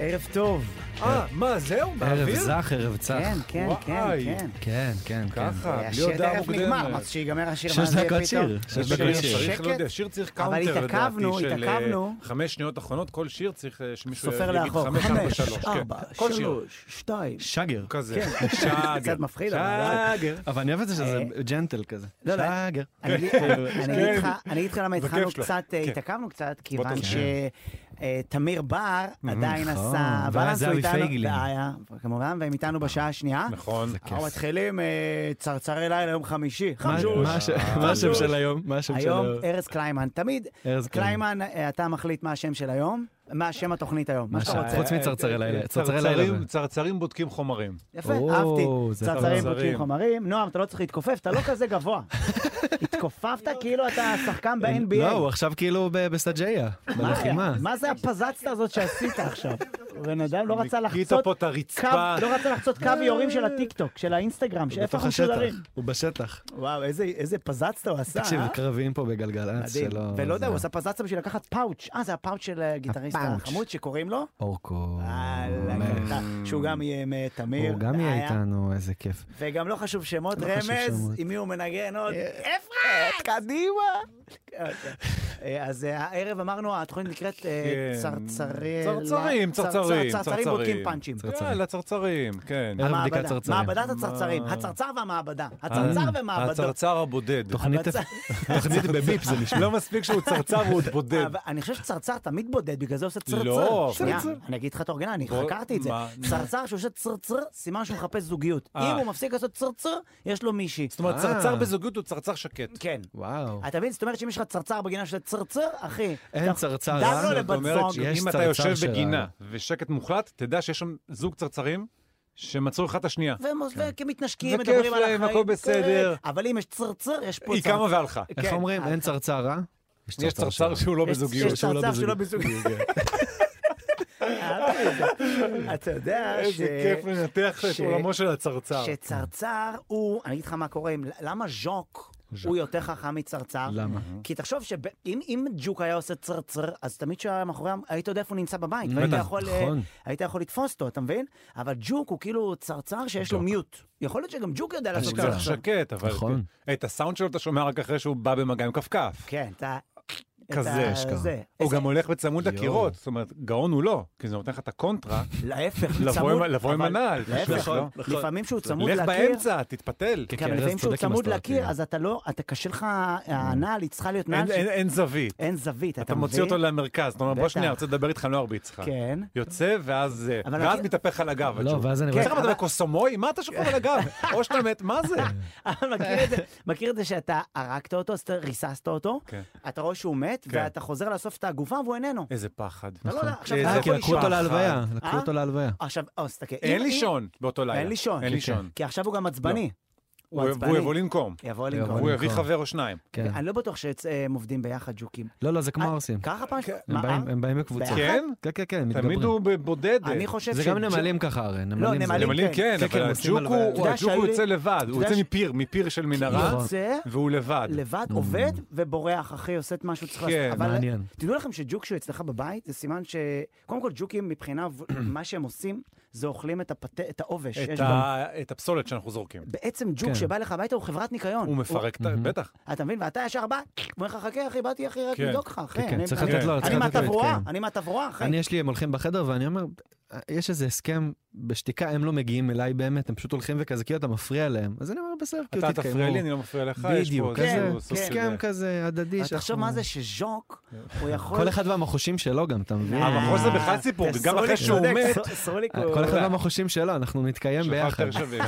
ערב טוב. מה, זהו? ערב זך, ערב צח. כן. כן. ככה, בלי השיר הודעה תכף נגמר, מוקדמת. מה שיגמר השיר, 6 מה זה דקות פתאום? שיר. 6 דקות שיר. צריך, שקט? לא יודע, שיר צריך אבל קאונטר, התעכבנו, לדעתי, של 5 שניות אחרונות, כל שיר צריך שמישהו סופר יגיד לאחור. 5, 4, 5, 3. 4, כל שיר. 3, 2. שגר. כזה. קצת שגר. מפחיד, אבל... שגר. אבל אני אוהב את זה שזה ג'נטל כזה. לא, לא. שגר. אני אגיד לך למה התחלנו שלו. קצת, כן. התעכבנו קצת, כיוון תתחיל. שתמיר בר עדיין נכון. עשה... והיה בלנס, הוא זהבי איתנו- פייגלין. והיה, כמובן, והם איתנו בשעה השנייה. נכון. אנחנו מתחילים צרצרי לילה יום חמישי. מה השם של היום? מה השם של היום היום? ארז קליימן. תמיד, ארז קליימן, אתה מחליט מה השם של היום, מה השם התוכנית היום, מה שאתה רוצה. חוץ מצרצרי לילה. צרצרי לילה. צרצרים בודקים חומרים. יפה, או, אהבתי. זה צרצרים טוב. בודקים חומרים. נועם, אתה לא צריך להתכופף, אתה לא כזה גבוה. התכופפת כאילו אתה שחקן ב-NBA. לא, הוא עכשיו כאילו בסטאג'יה, בלחימה. מה זה הפזצת הזאת שעשית עכשיו? בן אדם לא רצה ניקית לחצות פה את הרצפה. לא רצה לחצות קו יורים של הטיקטוק, של האינסטגרם, שאיפה בתוך אנחנו השטח. משודרים. הוא בשטח. וואו, איזה פזצת הוא עשה, תקשיב, קרבים פה בגלגלצ מדהים. שלו. ולא יודע, זה- הוא עשה פזצה בשביל לקחת פאוץ'. זה הפאוץ' של גיטריסט הפאוץ'. החמוד שקוראים לו? אורקו. שהוא גם יהיה עם תמיר. הוא גם יהיה היה. איתנו, איזה כיף. וגם לא חשוב שמות, לא חשוב רמז, שמות. עם מי הוא מנגן עוד. אפרת! קדימה! אז הערב אמרנו, התוכנית נקראת צרצרים בודקים פאנצ'ים. יאללה, צרצרים, כן. ערב בדיקת צרצרים. מעבדת הצרצרים, הצרצר והמעבדה. הצרצר ומעבדות. הצרצר הבודד. תוכנית בביפ זה נשמע. לא מספיק שהוא צרצר והוא עוד בודד. אבל אני חושב שצרצר תמיד בודד, בגלל זה עושה צרצר. לא, שנייה, צרצר. אני אגיד לך את האורגנל, אני בוא, חקרתי את זה. מה? צרצר שעושה צרצר, סימן שהוא מחפש זוגיות. אם הוא מפסיק לעשות צרצר, יש לו מישהי. זאת אומרת, צרצר בזוגיות הוא צרצר שקט. כן. וואו. אתה מבין? זאת אומרת שאם יש לך צרצר בגינה של צרצר, אחי. אין צרצר דאג רע. לו זאת לבת אומרת זוג. יש שאם אתה צרצר יושב שרע. בגינה ושקט מוחלט, תדע שיש שם זוג צרצרים שמצאו אחד את השנייה. וכמתנשקים, וכיף מדברים על להם, החיים. הכל בסדר. אבל אם יש צרצר, יש פה היא קמה והלכה. איך כן. אומרים? אין צרצר רע? יש צרצר שהוא לא בזוגיות. יש צרצר שלא בזוגיות. אהבתי את זה. אתה יודע איזה כיף לנתח את עולמו של הצרצר. שצרצר הוא, אני אגיד לך מה קורה, למה ז'וק הוא יותר חכם מצרצר? למה? כי תחשוב שאם ג'וק היה עושה צרצר, אז תמיד שהיה מאחורי, היית יודע איפה הוא נמצא בבית. נכון. היית יכול לתפוס אותו, אתה מבין? אבל ג'וק הוא כאילו צרצר שיש לו מיוט. יכול להיות שגם ג'וק יודע לעשות הוא צריך צרצר. שקט, אבל נכון. את הסאונד שלו אתה שומע רק אחרי שהוא בא במגע עם כפכף. כן, אתה... כזה. הוא גם הולך בצמוד לקירות, זאת אומרת, גאון הוא לא, כי זה נותן לך את הקונטרה, להפך, לבוא עם הנעל. להפך, לא? לפעמים שהוא צמוד לך לקיר, באמצע, תתפתל. כן, אבל לפעמים שהוא צודק עם צמוד הסטרטים. לקיר, אז אתה לא, אתה קשה לך, הנעל היא צריכה להיות נעל, אין זווית. אין זווית, אתה מוציא אותו למרכז, אתה אומר, בוא בטח. שנייה, אני רוצה לדבר איתך, אני לא ארביץ לך. כן. יוצא, ואז זה. אבל ואז מכיר- מתהפך על הגב. לא, ואז אני כן. רואה... צריך לדבר קוסומוי? מה אתה שופר על הגב? או שאתה מת, מה זה? אבל מכיר את זה שאתה הרגת אותו, אז אתה ריססת אותו, כן. אתה רואה שהוא מת, כן. ואתה חוזר לאסוף את הגופה והוא איננו. איזה פחד. אתה לא יודע, עכשיו איזה אתה כי יכול לקחו אותו לישון. להלוויה. לקחו אה? אותו להלוויה. עכשיו, תסתכל. אין אם- לישון באותו לילה. אין לישון. אין כן, לישון. כי עכשיו הוא גם עצבני. הוא והוא עצבני. יבוא לנקום. יבוא יבוא לנקום. הוא יביא לנקום. חבר או שניים. כן. אני לא בטוח שהם עובדים ביחד, ג'וקים. לא, זה כמו עושים. ככה פעם? הם באים בקבוצה. ביחד? כן? כן, כן, תמיד מתגברים. הוא בבודד. אני חושב זה גם נמלים ככה הרי. נמלים. נמלים כן, כן, אבל הם עושים הג'וק הלוויה. אתה יודע הוא שהיו לי- יוצא לבד. הוא יודע יוצא מפיר של מנהרה, יוצא והוא לבד. לבד, עובד ובורח, אחי, עושה את מה שהוא צריך כן, לעשות. אבל מעניין. תדעו לכם שג'וק שהוא אצלך בבית, זה סימן ש... קודם כל, ג'וקים מבחינה, מה שהם עושים, זה אוכלים את העובש שיש בו. את הפסולת שאנחנו זורקים. בעצם ג'וק כן. שבא לך הביתה הוא חברת ניקיון. הוא מפרק, בטח. אתה מבין? ואתה ישר בא, אומר לך, חכה אחי, באתי אחי רק כן. לבדוק לך, אחי. כן, אני- צריך אני- לתת לו, צריך אני לתת לו מהתברואה, להתקיים. אני מהתברואה, אחי. הם הולכים בחדר ואני אומר, יש איזה הסכם בשתיקה, הם לא מגיעים אליי באמת, הם פשוט הולכים וכזה, כאילו אתה מפריע להם. אז אני אומר, בסדר, כאילו אתה תתקיימו. תפריע לי, אני לא מפריע לך. יש פה בדיוק, כן, כזה, סוג של- הסכם כזה הדדי. אז תחשוב מה זה שז'וק, הוא יכול... כל אחד והמחושים שלו גם, אתה מבין? המחוז זה בכלל סיפור, גם אחרי שהוא מת. סרוליק כל אחד והמחושים שלו, אנחנו נתקיים שלך ביחד. יותר שווים.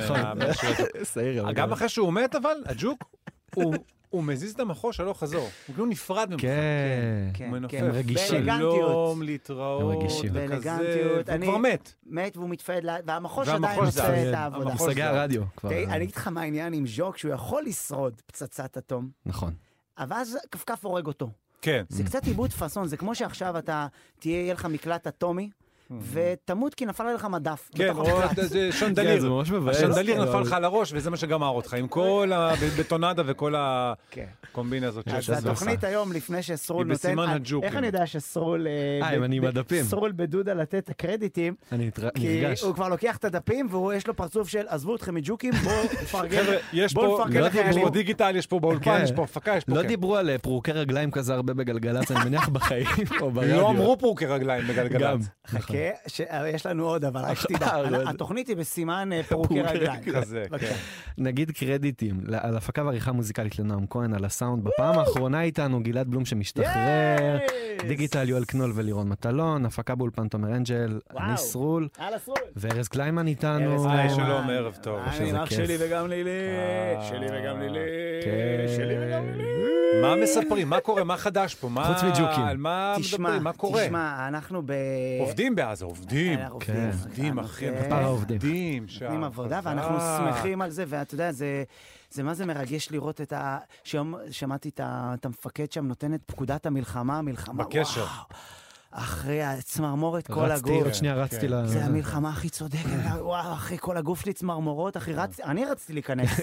שעיר, גם אחרי שהוא מת אבל, הג'וק, הוא מזיז את המחוש הלוך חזור. הוא כאילו נפרד ממך. כן, הוא מנופף. הם רגישים. שלום, להתראות, הם רגישים. וכזה, באלגנטיות. והוא כבר מת. מת והוא מתפעד, והמחוש והמחוש עדיין זה עושה זה. את העבודה. המחוש מושגי הרדיו כבר. אני אגיד לך מה העניין עם ז'וק, שהוא יכול לשרוד פצצת אטום, נכון. אבל אז כפכף הורג אותו. כן. זה קצת איבוד פאסון, זה כמו שעכשיו אתה, יהיה לך מקלט אטומי, ותמות כי נפל עליך מדף. כן, או זה שונדליר. זה ממש מבאס. השונדליר נפל לך על הראש, וזה מה שגמר אותך, עם כל הבטונדה וכל הקומבינה הזאת. אז התוכנית היום, לפני שסרול נותן... היא בסימן הג'וק. איך אני יודע שסרול... אני עם הדפים. סרול בדודה לתת הקרדיטים. אני כי נרגש. הוא כבר לוקח את הדפים, ויש לו פרצוף של עזבו אתכם מג'וקים, בואו נפרגן. יש פה דיגיטל, יש פה באולפן, יש פה הפקה, יש פה... לא דיברו על פרוקי רגליים כזה הרבה בגלגלצ, אני מניח בחיים או ברדיו. לא אמרו פרוקי רגליים בגלגלצ. חכה, יש לנו עוד, אבל רק שתדע. התוכנית היא בסימן פרוקי רגליים. נגיד קרדיטים על הפקה ועריכה מוזיקלית לנועם כהן, על הסאונד. בפעם האחרונה איתנו גלעד בלום שמשתחרר, דיגיטל יואל קנול ולירון מטלון, הפקה באולפן תומר אנג'ל, אני סרול, וארז קליימן איתנו. שלום, ערב טוב. אני אח שלי וגם לילי, שלי וגם לילי, שלי וגם לילי. מה מספרים? מה קורה? מה חדש פה? חוץ מג'וקים. על מה מדברים? מה קורה? תשמע, אנחנו עובדים בעזה, עובדים. עובדים, אחי. עובדים. עובדים עבודה, ואנחנו שמחים על זה, ואתה יודע, זה מה זה מרגש לראות את שמעתי את המפקד שם נותן את פקודת המלחמה, בקשר. אחרי הצמרמורת כל הגוף. עוד שנייה רצתי לה... זה המלחמה הכי צודקת. וואו, אחי, כל הגוף שלי צמרמורות, אחי, אני רציתי להיכנס.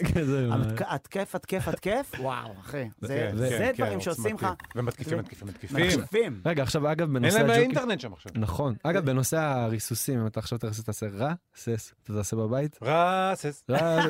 התקף. וואו, אחי. זה דברים שעושים לך. ומתקיפים. רגע, עכשיו, אגב, בנושא... אין להם האינטרנט שם עכשיו. נכון. אגב, בנושא הריסוסים, אם אתה עכשיו תעשה רע-סס, אתה תעשה בבית? רע-סס.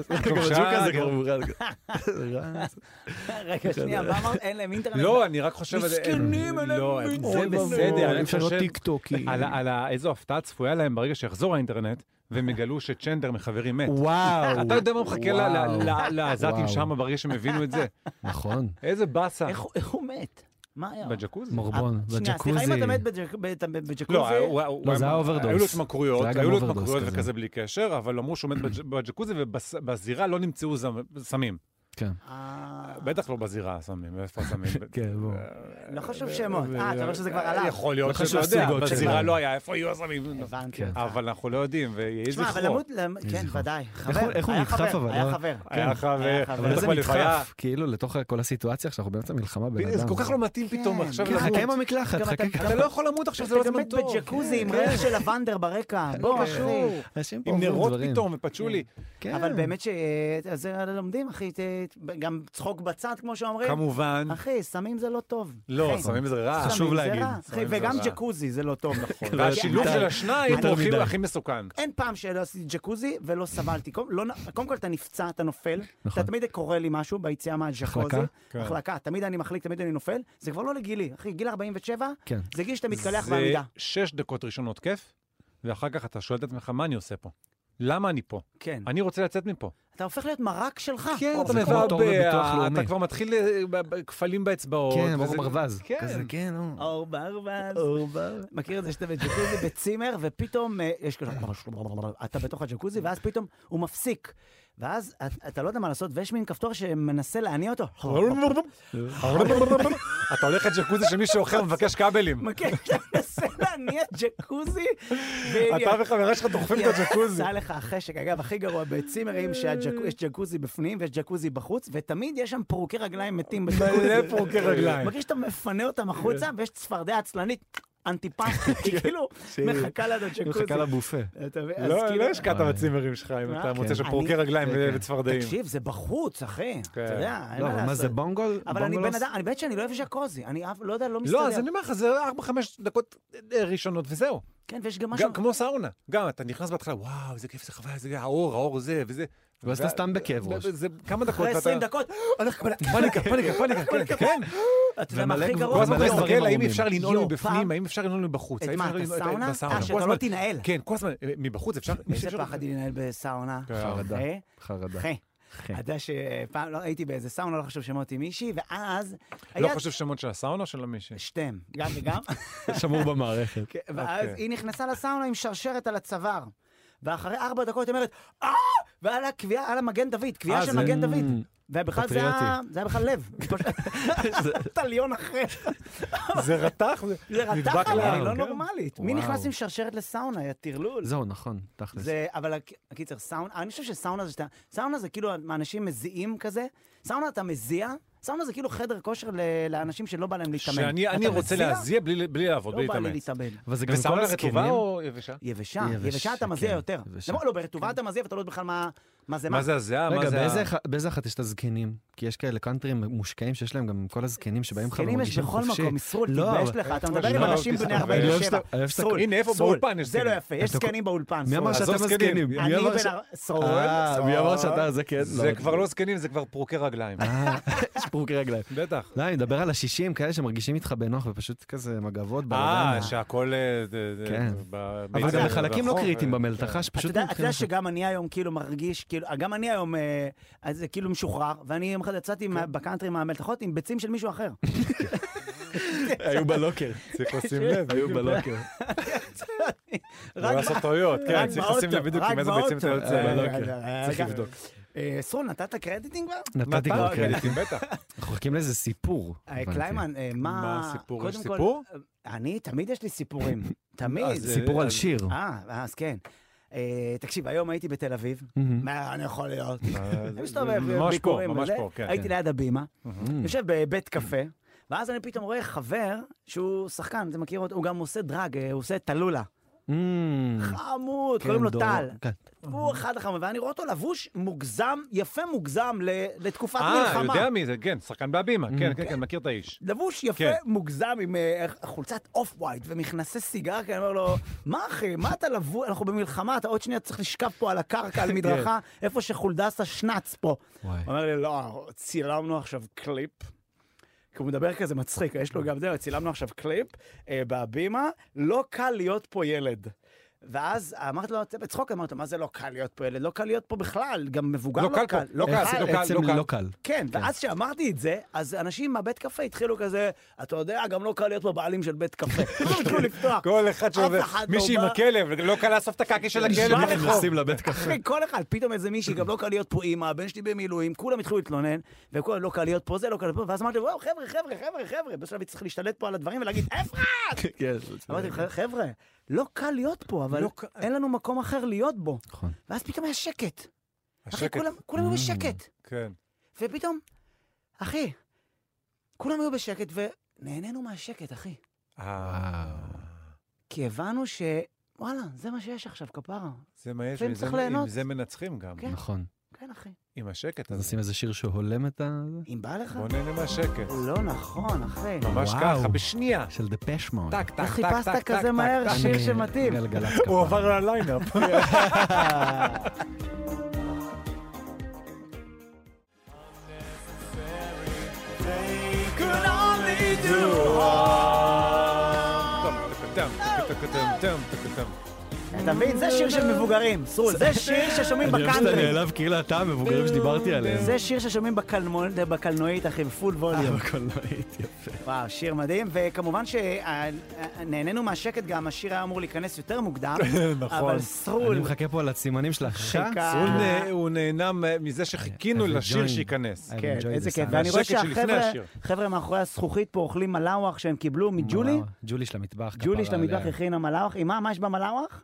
רגע, שנייה, מה אמרת? אין להם אינטרנט? לא, אני רק חושב... מסכנים, אין להם אינטרנט. זה בסדר. אפשר לא טיק טוקי. על איזו הפתעה צפויה להם ברגע שיחזור האינטרנט, והם יגלו שצ'נדר מחברים מת. וואו. אתה יודע מה מחכה לעזתים שם ברגע שהם הבינו את זה? נכון. איזה באסה. איך הוא מת? מה היה? בג'קוזי. מורבון, בג'קוזי. סליחה, אם אתה מת בג'קוזי... לא, זה היה אוברדוס. היו לו התמכרויות וכזה בלי קשר, אבל אמרו שהוא מת בג'קוזי, ובזירה לא נמצאו סמים. כן. בטח לא בזירה סמים, איפה סמים? כן, בוא. לא חשוב שמות. אתה אומר שזה כבר עליו. יכול להיות שאתה יודע, בזירה לא היה, איפה יהיו הסמים? הבנתי. אבל אנחנו לא יודעים, ויהי זכרו. אבל למות, כן, ודאי. חבר. איך הוא נדחף אבל? היה חבר. אבל זה נדחף, כאילו, לתוך כל הסיטואציה, שאנחנו באמצע מלחמה בן אדם. זה כל כך לא מתאים פתאום עכשיו למות. חכה עם המקלחת, חכה. אתה לא יכול למות עכשיו, זה לא זמן טוב. אתה מת בג'קוזי עם ריח של לבנדר ברקע. בוא, אחי. עם נרות פתאום, ופצ'ו לי. אבל באמת שזה לומדים, אחי, גם צחוק בצד, כמו שאומרים. כמובן. אחי, סמים זה לא טוב. לא, סמים זה רע. חשוב להגיד. וגם ג'קוזי זה לא טוב. והשילוב של השניים הוא הכי מסוכן. אין פעם שלא עשיתי ג'קוזי ולא סבלתי. קודם כל אתה נפצע, אתה נופל. אתה תמיד קורא לי משהו ביציאה מהג'קוזי. החלקה. תמיד אני מחליק, תמיד אני נופל. זה כבר לא לגילי. אחי, גיל 47, זה גיל שאתה מתקלח בעמידה. זה 6 דקות ראשונות כיף, ואחר כך אתה שואל את עצמך, מה אני עושה פה? למה אני פה? כן. אני רוצה לצאת מפה. אתה הופך להיות מרק שלך. כן, אתה מבעבע, אתה כבר מתחיל כפלים באצבעות. כן, אור ברווז. כזה, כן, אור ברווז. מכיר את זה שאתה בג'קוזי בצימר, ופתאום יש כזה, אתה בתוך הג'קוזי, ואז פתאום הוא מפסיק. ואז אתה לא יודע מה לעשות, ויש מין כפתור שמנסה להניע אותו. אתה הולך לג'קוזי שמישהו אחר מבקש כבלים. אתה מנסה להניע ג'קוזי. אתה וחברה שלך דוחפים את הג'קוזי. עשה לך החשק. אגב, הכי גרוע בצימרים שיש ג'קוזי בפנים ויש ג'קוזי בחוץ, ותמיד יש שם פרוקי רגליים מתים בג'קוזי. מלא פרוקי רגליים. מרגיש שאתה מפנה אותם החוצה, ויש צפרדע עצלנית. אנטיפסטית, כאילו מחכה לה לג'קוזי. מחכה לבופה. לא השקעת בצימרים שלך, אם אתה מוצא שם פרוקי רגליים וצפרדעים. תקשיב, זה בחוץ, אחי. אתה יודע, אין לא, מה לעשות. מה זה בונגול? אבל אני בן אדם, אני באמת שאני לא אוהב ז'קוזי. אני לא יודע, לא מסתדר. לא, אז אני אומר לך, זה 4-5 דקות ראשונות וזהו. כן, ויש גם משהו... כמו סאונה. גם, אתה נכנס בהתחלה, וואו, איזה כיף, זה חוויה, זה האור זה וזה. ואז אתה סתם בכאב ראש. זה כמה דקות. אחרי 20 דקות, פניקה, כן. אתה יודע מה הכי גרוע? כל הזמן אתה מסתכל, האם אפשר לנעול מבפנים, האם אפשר לנעול מבחוץ. את מה, את הסאונה? שאתה לא תנהל. כן, כל הזמן, מבחוץ אפשר... איזה פחד לנהל בסאונה. חרדה. אתה יודע שפעם לא הייתי באיזה סאונה, לא חושב שמות עם מישהי, ואז... לא חושב שמות של הסאונה או של המישהי? שתיהם, גם וגם. שמור במערכת. ואז היא נכנסה לסאונה עם שרשרת על הצוואר. ואחרי 4 דקות היא אומרת, ועל הקביעה, על המגן דוד, קביעה של מגן דוד. ובכלל זה היה בכלל לב. טליון אחר. זה רתח? זה רתח, אבל היא לא נורמלית. מי נכנס עם שרשרת לסאונה? היה טרלול. זהו, נכון, תכלס. אבל הקיצר, סאונה, אני חושב שסאונה זה כאילו, אנשים מזיעים כזה. סאונה אתה מזיע, סאונה זה כאילו חדר כושר לאנשים שלא בא להם להתאמן. שאני רוצה להזיע בלי לעבוד, בלי להתאמן. לא בא לי להתאמן. וסאונה רטובה או יבשה? יבשה אתה מזיע יותר. לא, ברטובה אתה מזיע ואתה לא יודע בכלל מה זה מה. מה זה הזיעה? רגע, באיזה אחת יש את הזקנים? כי יש כאלה קאנטרים מושקעים שיש להם גם כל הזקנים שבאים לך זקנים יש בכל מקום, מסרול, תתבייש לך, אתה מדבר עם אנשים בני 47. הנה, איפה באולפן יש זקנים? זה לא יפה, יש זקנים באולפן. מי אמר שאתם הזקנים? אני בן... מי אמר שאתה זקן? זה כבר לא זקנים, זה כבר פרוקי רגליים. יש פרוקי רגליים. בטח. לא, אני מדבר על ה-60, כאלה שמרגישים איתך בנוח ופשוט כזה מגבות. שהכל... כן. אבל גם בחלקים לא קריטיים במלתחה, שפשוט... אתה יודע שגם אני היום כאילו מרגיש, גם אני היום כאילו משוחרר, ואני יצאתי בקאנטרי מהמלתחות עם ביצים של מישהו אחר. היו בלוקר. צריך לשים לב. היו בלוקר. לא לעשות טעויות, כן, צריך לשים לב בדיוק עם איזה ביצים אתה יוצא בלוקר. צריך לבדוק. סרול, נתת קרדיטים כבר? נתתי כבר קרדיטים, בטח. אנחנו חכים לאיזה סיפור. קליימן, מה הסיפור? יש סיפור? אני, תמיד יש לי סיפורים. תמיד. סיפור על שיר. אז כן. תקשיב, היום הייתי בתל אביב, מה אני יכול להיות? אני מסתובב ביקורים וזה, הייתי ליד הבימה, יושב בבית קפה, ואז אני פתאום רואה חבר שהוא שחקן, אתה מכיר אותו, הוא גם עושה דרג, הוא עושה תלולה. חמוד, קוראים לו טל. הוא אחד החמוד, ואני רואה אותו לבוש מוגזם, יפה מוגזם לתקופת מלחמה. יודע מי זה, כן, שחקן בהבימה, כן, כן, מכיר את האיש. לבוש יפה מוגזם עם חולצת אוף ווייט ומכנסי סיגר, כי אני אומר לו, מה אחי, מה אתה לבוש, אנחנו במלחמה, אתה עוד שנייה צריך לשכב פה על הקרקע, על מדרכה, איפה שחולדסה שנץ פה. הוא אומר לי, לא, צילמנו עכשיו קליפ. כי הוא מדבר כזה מצחיק, יש לו גם זה, צילמנו עכשיו קליפ בהבימה, לא קל להיות פה ילד. ואז אמרתי לו, בצחוק, אמרתי לו, מה זה לא קל להיות פה ילד? לא קל להיות פה בכלל, גם מבוגר לא קל. לא קל. כן, ואז שאמרתי את זה, אז אנשים מהבית קפה התחילו כזה, אתה יודע, גם לא קל להיות פה בעלים של בית קפה. התחילו לפתוח. כל אחד שעובר, מישהי עם הכלב, לא קל לאסוף את הקקי של הכלב. נכנסים לבית קפה. אחרי כל אחד, פתאום איזה מישהי, גם לא קל להיות פה אמא, הבן שלי במילואים, כולם התחילו להתלונן, וכולם לא קל להיות פה, זה לא קל להיות פה, ואז אמרתי, וואו, חבר'ה, בשלב צריך להשתלט פה על הדברים ולהגיד, אפרת! אמרתי, חבר'ה, לא קל להיות פה, אבל אין לנו מקום אחר להיות בו. ואז פתאום היה שקט. אחי, כולם היו בשקט. כן. ופתאום, אחי, כולם היו בשקט, ונהנינו מהשקט, אחי. כי הבנו וואלה, זה מה שיש עכשיו, כפרה. זה מה יש, עם זה מנצחים גם. נכון. כן, אחי. עם השקט. אז עושים איזה שיר שהולם את ה... אם בא לך? בוא נהנה מהשקט. לא נכון, אחי. ממש ככה, בשנייה. של דפש מוד. טק, טק, טק, איך חיפשת כזה מהר שיר שמתאים? הוא עבר לליינאפ. אתה מבין? זה שיר של מבוגרים, סרול, זה שיר ששומעים בקאנטרי. אני חושב שאתה נעלב כאילו אתה המבוגרים שדיברתי עליהם. זה שיר ששומעים בקלנועית, אחי, בפול ווליום. בקלנועית, יפה. וואו, שיר מדהים, וכמובן שנהנינו מהשקט גם, השיר היה אמור להיכנס יותר מוקדם, אבל סרול... אני מחכה פה על הסימנים של חיכה. סרול הוא נהנה מזה שחיכינו לשיר שייכנס. כן, איזה כיף. ואני רואה שהחבר'ה מאחורי הזכוכית פה אוכלים מלאווח שהם קיבלו מג'ולי. ג'ולי של המטבח. ג'ולי של המטבח הכינה מלאוח. מה יש במלאוח?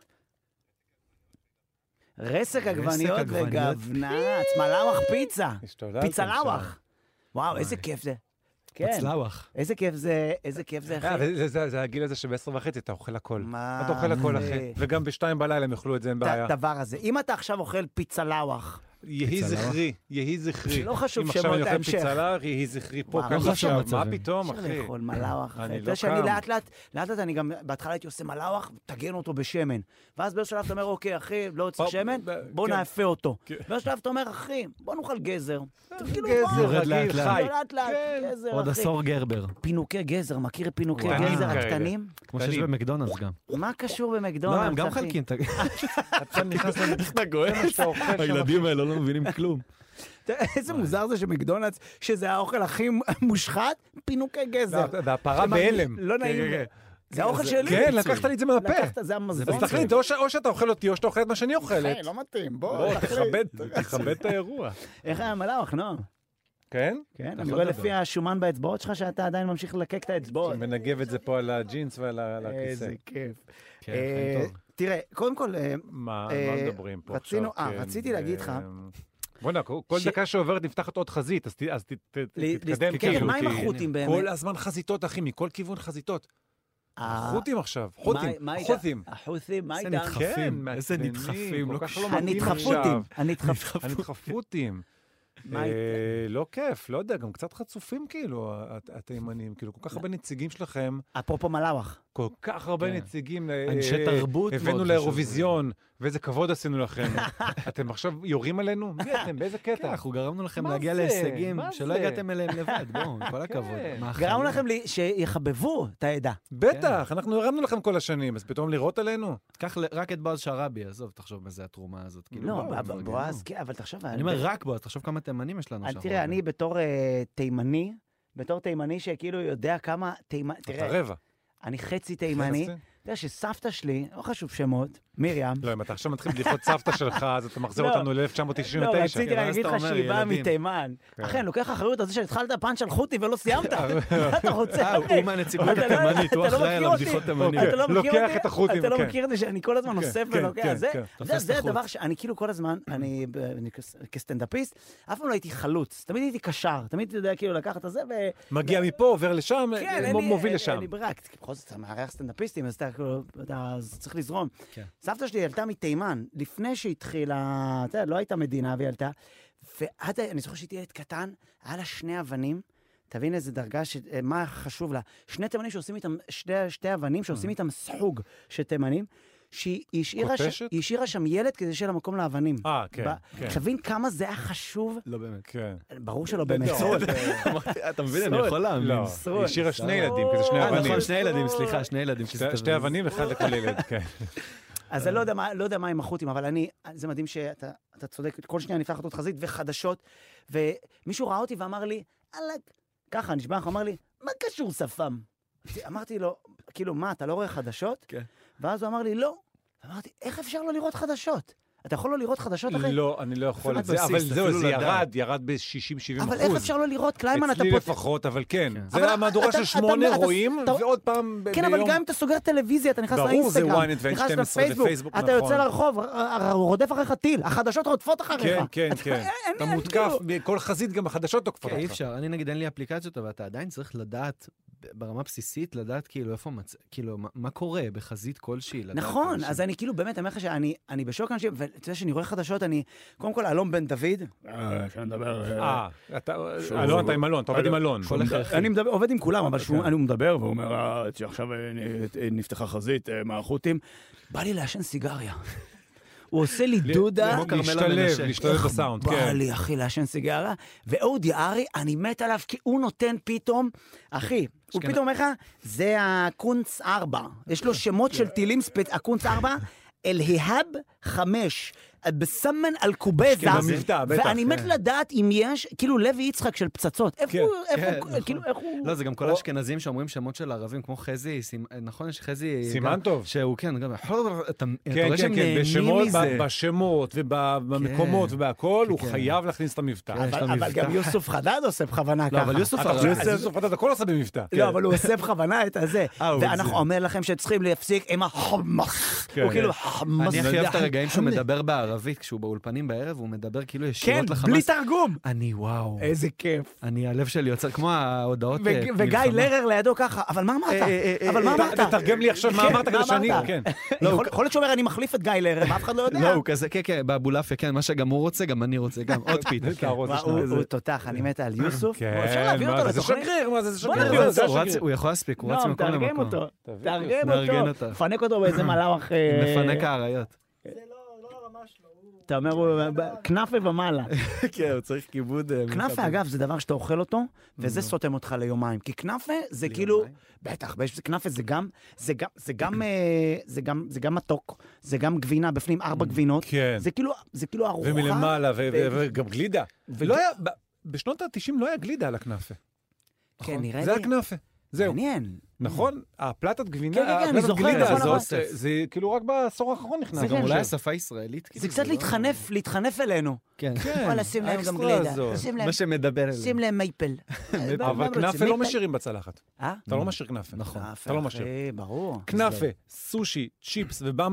רסק עגבניות וגבנץ, מלאוח פיצה. פיצה לאוח. וואו, איזה כיף זה. פצלאוח. איזה כיף זה, אחי. זה הגיל הזה שב10:30 אתה אוכל הכל. אתה אוכל הכל, אחי. וגם ב2 בלילה הם יאכלו את זה, אין בעיה. הדבר הזה. אם אתה עכשיו אוכל פיצה לאוח, יהי זכרי. לא חשוב אם שמות עכשיו אני אוכל ההמשך. פיצה לאח, יהי זכרי פה. לא חשוב מה פתאום, אחי? אפשר לאכול מלאוח, אחי. אני אתה יודע שאני לאט לאט אני גם, בהתחלה הייתי עושה מלאוח, תגן אותו בשמן. ואז באיזשהו שלב אתה אומר, אוקיי, אחי, לא צריך שמן, בוא נאפה אותו. באיזשהו שלב אתה אומר, אחי, בוא נאכל גזר. גזר רגיל, חי. גזר, עוד עשור גרבר. פינוקי גזר, מכיר פינוקי גזר הקטנים? כמו שיש במקדונלדס גם. מה קשור במקדונלדס, לא, הם גם חלקים. אתה נכנס למקדונלדס, הילדים האלה לא מבינים כלום. איזה מוזר זה שמקדונלדס, שזה האוכל הכי מושחת, פינוקי גזר. והפרה בהלם. לא נעים. זה האוכל שלי. כן, לקחת לי את זה מהפה. לקחת, זה המזון. אז תחליט, או שאתה אוכל אותי, או שאתה אוכל את מה שאני אוכלת. לא מתאים, בוא, תכבד את האירוע. איך היה מלאוח, נועם? כן? כן, אני רואה לפי השומן באצבעות שלך שאתה עדיין ממשיך לקק את האצבעות. מנגב את זה פה על הג'ינס ועל הכיסא. איזה כיף. כן, תראה, קודם כל... מה מדברים פה עכשיו? רציתי להגיד לך, בוא'נה, כל דקה שעוברת נפתחת עוד חזית, אז תתקדם כאילו. מה עם החות'ים באמת? כל הזמן חזיתות, אחי, מכל כיוון חזיתות. החות'ים עכשיו, חות'ים. החות'ים, מה איתם? איזה נדחפים. הנדחפותים. לא כיף, לא יודע, גם קצת חצופים כאילו, התימנים, כאילו, כל כך הרבה נציגים שלכם. אפרופו מלאווח. כל כך הרבה נציגים. אנשי תרבות. הבאנו לאירוויזיון, ואיזה כבוד עשינו לכם. אתם עכשיו יורים עלינו? מי אתם? באיזה קטע? אנחנו גרמנו לכם להגיע להישגים שלא הגעתם אליהם לבד, בואו, כל הכבוד. גרמנו לכם שיחבבו את העדה. בטח, אנחנו הרמנו לכם כל השנים, אז פתאום לראות עלינו. קח רק את בועז שרבי, עזוב, תחשוב מה זה התרומה הזאת. לא, בועז, אבל תחשוב... אני אומר רק בועז, תחשוב כמה תימנים יש לנו. תראה, אני בתור תימני שכאילו יודע כמה... אתה רבע. אני חצי תימני. אתה יודע שסבתא שלי, לא חשוב שמות, מרים. לא, אם אתה עכשיו מתחיל בדיחות סבתא שלך, אז אתה מחזיר אותנו ל-1999. לא, רציתי להגיד לך שהיא באה מתימן. אכן, לוקח אחריות על זה שהתחלת פאנץ' על חוטי ולא סיימת. מה אתה רוצה? הוא מהנציגות התימנית, הוא אחראי על הבדיחות תימנית. לוקח את החוטים. אתה לא מכיר את זה שאני כל הזמן נוסף ולוקח. זה הדבר שאני כאילו כל הזמן, אני כסטנדאפיסט, אף פעם לא הייתי חלוץ. תמיד הייתי קשר. תמיד יודע כאילו לקחת את זה ו... מגיע מפה, עובר לשם, מוביל לשם. אין לי ברירה. בכל זאת, אתה מארח סטנדאפיסטים, אז צריך לזרום. סבתא שלי ילתה מתימן, לפני שהתחילה, אתה יודע, לא הייתה מדינה והיא ילתה, ועד, אני זוכר שהיא ילד קטן, היה לה 2 אבנים, תבין איזה דרגה, מה חשוב לה, 2 תימנים שעושים איתם, 2 אבנים שעושים איתם סחוג של תימנים, שהיא השאירה שם ילד כדי שיהיה לה מקום לאבנים. כן. תבין כמה זה היה חשוב? לא באמת. כן. ברור שלא באמת. אתה מבין, אני יכול להאמין. לא, היא השאירה 2 ילדים, כזה 2 אבנים. נכון, 2 ילדים, סליחה, 2 ילדים. 2 אבנים, 1 לכל ילד, כן. אז אני לא יודע מה עם החות'ים, אבל זה מדהים שאתה צודק, כל שניה נפתחת עוד חזית וחדשות, ומישהו ראה אותי ואמר לי, ככה, נשבח, אמר לי, מה קשור שפם? אמרתי לו, כאילו, מה, אתה לא רואה חדשות? כן. ואז הוא אמר לי, לא. אמרתי, איך אפשר לא לראות חדשות? אתה יכול לא לראות חדשות אחרי? לא, אני לא יכול את זה, אבל זהו, זה ירד ב-60-70%. אבל איך אפשר לא לראות? קליימן, אתה אצלי לפחות, אבל כן. זה המהדורה של 8 רואים, ועוד פעם ביום. כן, אבל גם אם אתה סוגר טלוויזיה, אתה נכנס לאינסטגרם, נכנס לפייסבוק, אתה יוצא לרחוב, רודף אחריך טיל, החדשות רודפות אחריך. כן. אתה מותקף, כל חזית גם החדשות תוקפות אותך. אי אפשר, אני נגיד אין לי אפליקציות, אבל אתה עדיין צריך לדעת, ברמה בסיסית, לדעת כאילו איפה, כאילו מה קורה בחזית כלשהי. נכון, אז אני כאילו באמת, אני אומר לך שאני בשוק אנשים, ואתה יודע שאני רואה חדשות, אני, קודם כל, אלון בן דוד. שנדבר. אלון, אתה עם אלון, אתה עובד עם אלון. אני עובד עם כולם, אבל אני מדבר, והוא אומר, עכשיו נפתחה חזית מהחות'ים, בא לי לעשן סיגריה. הוא עושה לי דודה. להשתלב בסאונד, כן. בא לי, אחי, לעשן סיגריה, ואודי ארי, אני מת עליו, כי הוא נותן פתאום, אחי, הוא פתאום אומר לך, זה הקונץ 4. יש לו שמות של טילים הקונץ 4, אל-היהב 5, בסמן על קובזה, ואני מת לדעת אם יש, כאילו לוי יצחק של פצצות, איפה הוא... לא, זה גם כל האשכנזים שאומרים שמות של ערבים, כמו חזי, נכון, יש חזי... סימן טוב. שהוא כן, גם... כן, בשמות ובמקומות ובהכל, הוא חייב להכניס את המבטא. אבל גם יוסף חדד עושה בכוונה ככה. לא, אבל יוסף חדד, הכל עושה במבטא. לא, אבל הוא עושה בכוונה את הזה. ואנחנו אומר לכם שצריכים להפסיק עם החמאס. הוא כאילו חמאס. אני הכי אוהב את הרגעים שהוא מדבר בערבית, כשהוא באולפנים בערב, הוא מדבר כאילו ישירות לחמאס. כן, בלי תרגום. אני, וואו. איזה כיף. הלב שלי יוצא, כמו ההודעות... וגיא לרר לידו ככה, אבל מה אמרת? תתרגם לי עכשיו מה אמרת כדי שאני... יכול להיות שאומר, אני מחליף את גיא לרר, ואף אחד לא יודע. לא, הוא כזה, כן, באבולאפיה, כן, מה שגם הוא רוצה, גם אני רוצה, גם עוד פיט. הוא תותח, אני מת על יוסוף. אפשר להביא אותו לתוכנית. זה שגריר. הוא יכול להספיק, הוא רץ מקום למקום. תארגן אותו. פנק אותו באיזה מלאך... מפנק האריות. אתה אומר, כנפה ומעלה. כן, הוא צריך כיבוד. כנפה, אגב, זה דבר שאתה אוכל אותו, וזה סותם אותך ליומיים. כי כנפה זה כאילו, בטח, כנפה זה גם מתוק, זה גם גבינה בפנים, 4 גבינות. זה כאילו ארוחה. ומלמעלה, וגם גלידה. בשנות ה-90 לא היה גלידה על הכנפה. כן, נראה לי. זה הכנפה. זהו. מעניין. נכון, הפלטת גבינה, הפלטת גלידה הזאת, זה כאילו רק בעשור האחרון נכנס. זה גם אולי השפה הישראלית. זה קצת להתחנף אלינו. כן. וואלה, שים להם גם גלידה. מה שמדבר אלינו. שים להם מייפל. אבל כנפה לא משאירים בצלחת. אתה לא משאיר כנפה. נכון. אתה לא משאיר. ברור. כנפה, סושי, צ'יפס ובמבה,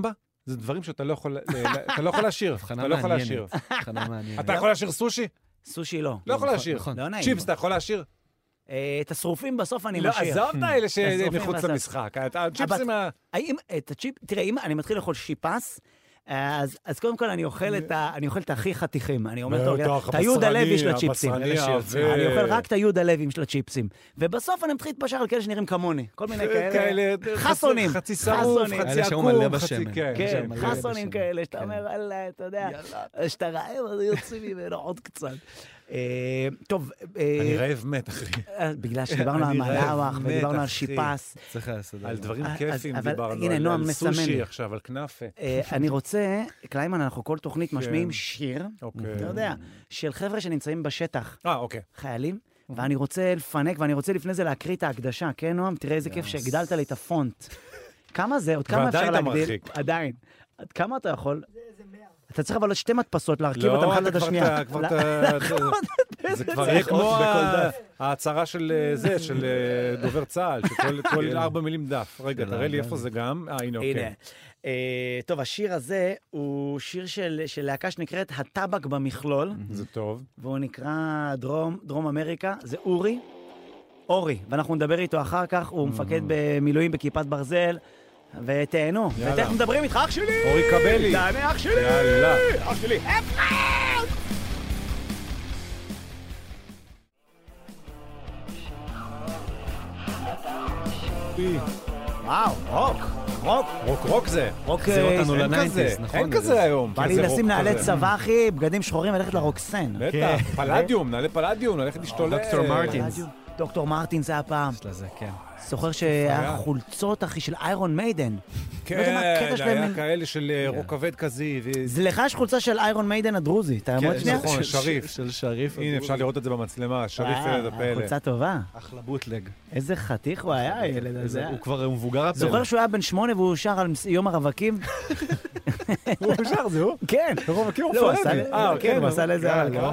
זה דברים שאתה לא יכול להשאיר. אתה לא יכול להשאיר. אתה יכול להשאיר סושי? סושי לא. לא יכול להשאיר. צ'יפס אתה יכול להשאיר? את השרופים בסוף אני משאיר. לא, עזוב את האלה שמחוץ למשחק. הצ'יפסים תראה, אם אני מתחיל לאכול שיפס, אז קודם כל אני אוכל את הכי חתיכים. אני אומר, את היהודה לוי של הצ'יפסים. אני אוכל רק את היהודה לוי של הצ'יפסים. ובסוף אני מתחיל להתפשר על כאלה שנראים כמוני. כל מיני כאלה. חסונים. חצי שרוף, חצי עקום, חצי... כן, חסונים כאלה, שאתה אומר, אללה, אתה יודע, שאתה רעב, אז יוצאים ממנו עוד קצת. טוב, אני רעב מת, אחי. בגלל שדיברנו על מלאווח ודיברנו על שיפס. על דברים כיפים דיברנו, על סושי עכשיו, על כנאפה. אני רוצה, קליימן, אנחנו כל תוכנית משמיעים שיר, אתה יודע, של חבר'ה שנמצאים בשטח. אוקיי. חיילים, ואני רוצה לפנק, ואני רוצה לפני זה להקריא את ההקדשה, כן, נועם? תראה איזה כיף שהגדלת לי את הפונט. כמה זה? עוד כמה אפשר להגדיל? עדיין. עד כמה אתה יכול? אתה צריך אבל 2 מדפסות להרכיב אותם אחד עד השנייה. זה כבר יהיה כמו ההצהרה של זה, של דובר צה"ל, שכל 4 מילים דף. רגע, תראה לי איפה זה גם. הנה, אוקיי. טוב, השיר הזה הוא שיר של להקה שנקראת הטבק במכלול. זה טוב. והוא נקרא דרום אמריקה. זה אורי, ואנחנו נדבר איתו אחר כך. הוא מפקד במילואים בכיפת ברזל. ותהנו, ותכף מדברים איתך, אח שלי! אורי קבלי! תענה, אח שלי! יאללה! אח שלי! אפרד! וואו, רוק זה. זה אותנו לניינטיז, נכון? אין כזה היום. בא לי לשים נעלי צבא, אחי, בגדים שחורים ולכת לרוקסן. בטח, פלדיום, נעלי פלדיום, ללכת להשתולל. דוקטור מרטינס. דוקטור מרטינס היה פעם. יש לזה, כן. זוכר שהיה חולצות, אחי, של איירון מיידן. כן, היה כאלה של רוק כבד כזה. זה לך יש חולצה של איירון מיידן הדרוזי, אתה אמרת שנייה? נכון, שריף. של שריף. הנה, אפשר לראות את זה במצלמה, שריף ילד הפלא. חולצה טובה. אחלה בוטלג. איזה חתיך הוא היה, הילד הזה. הוא כבר מבוגר הפלא. זוכר שהוא היה בן 8 והוא שר על יום הרווקים? הוא שר, זהו? כן. הרווקים הוא עשה לזה.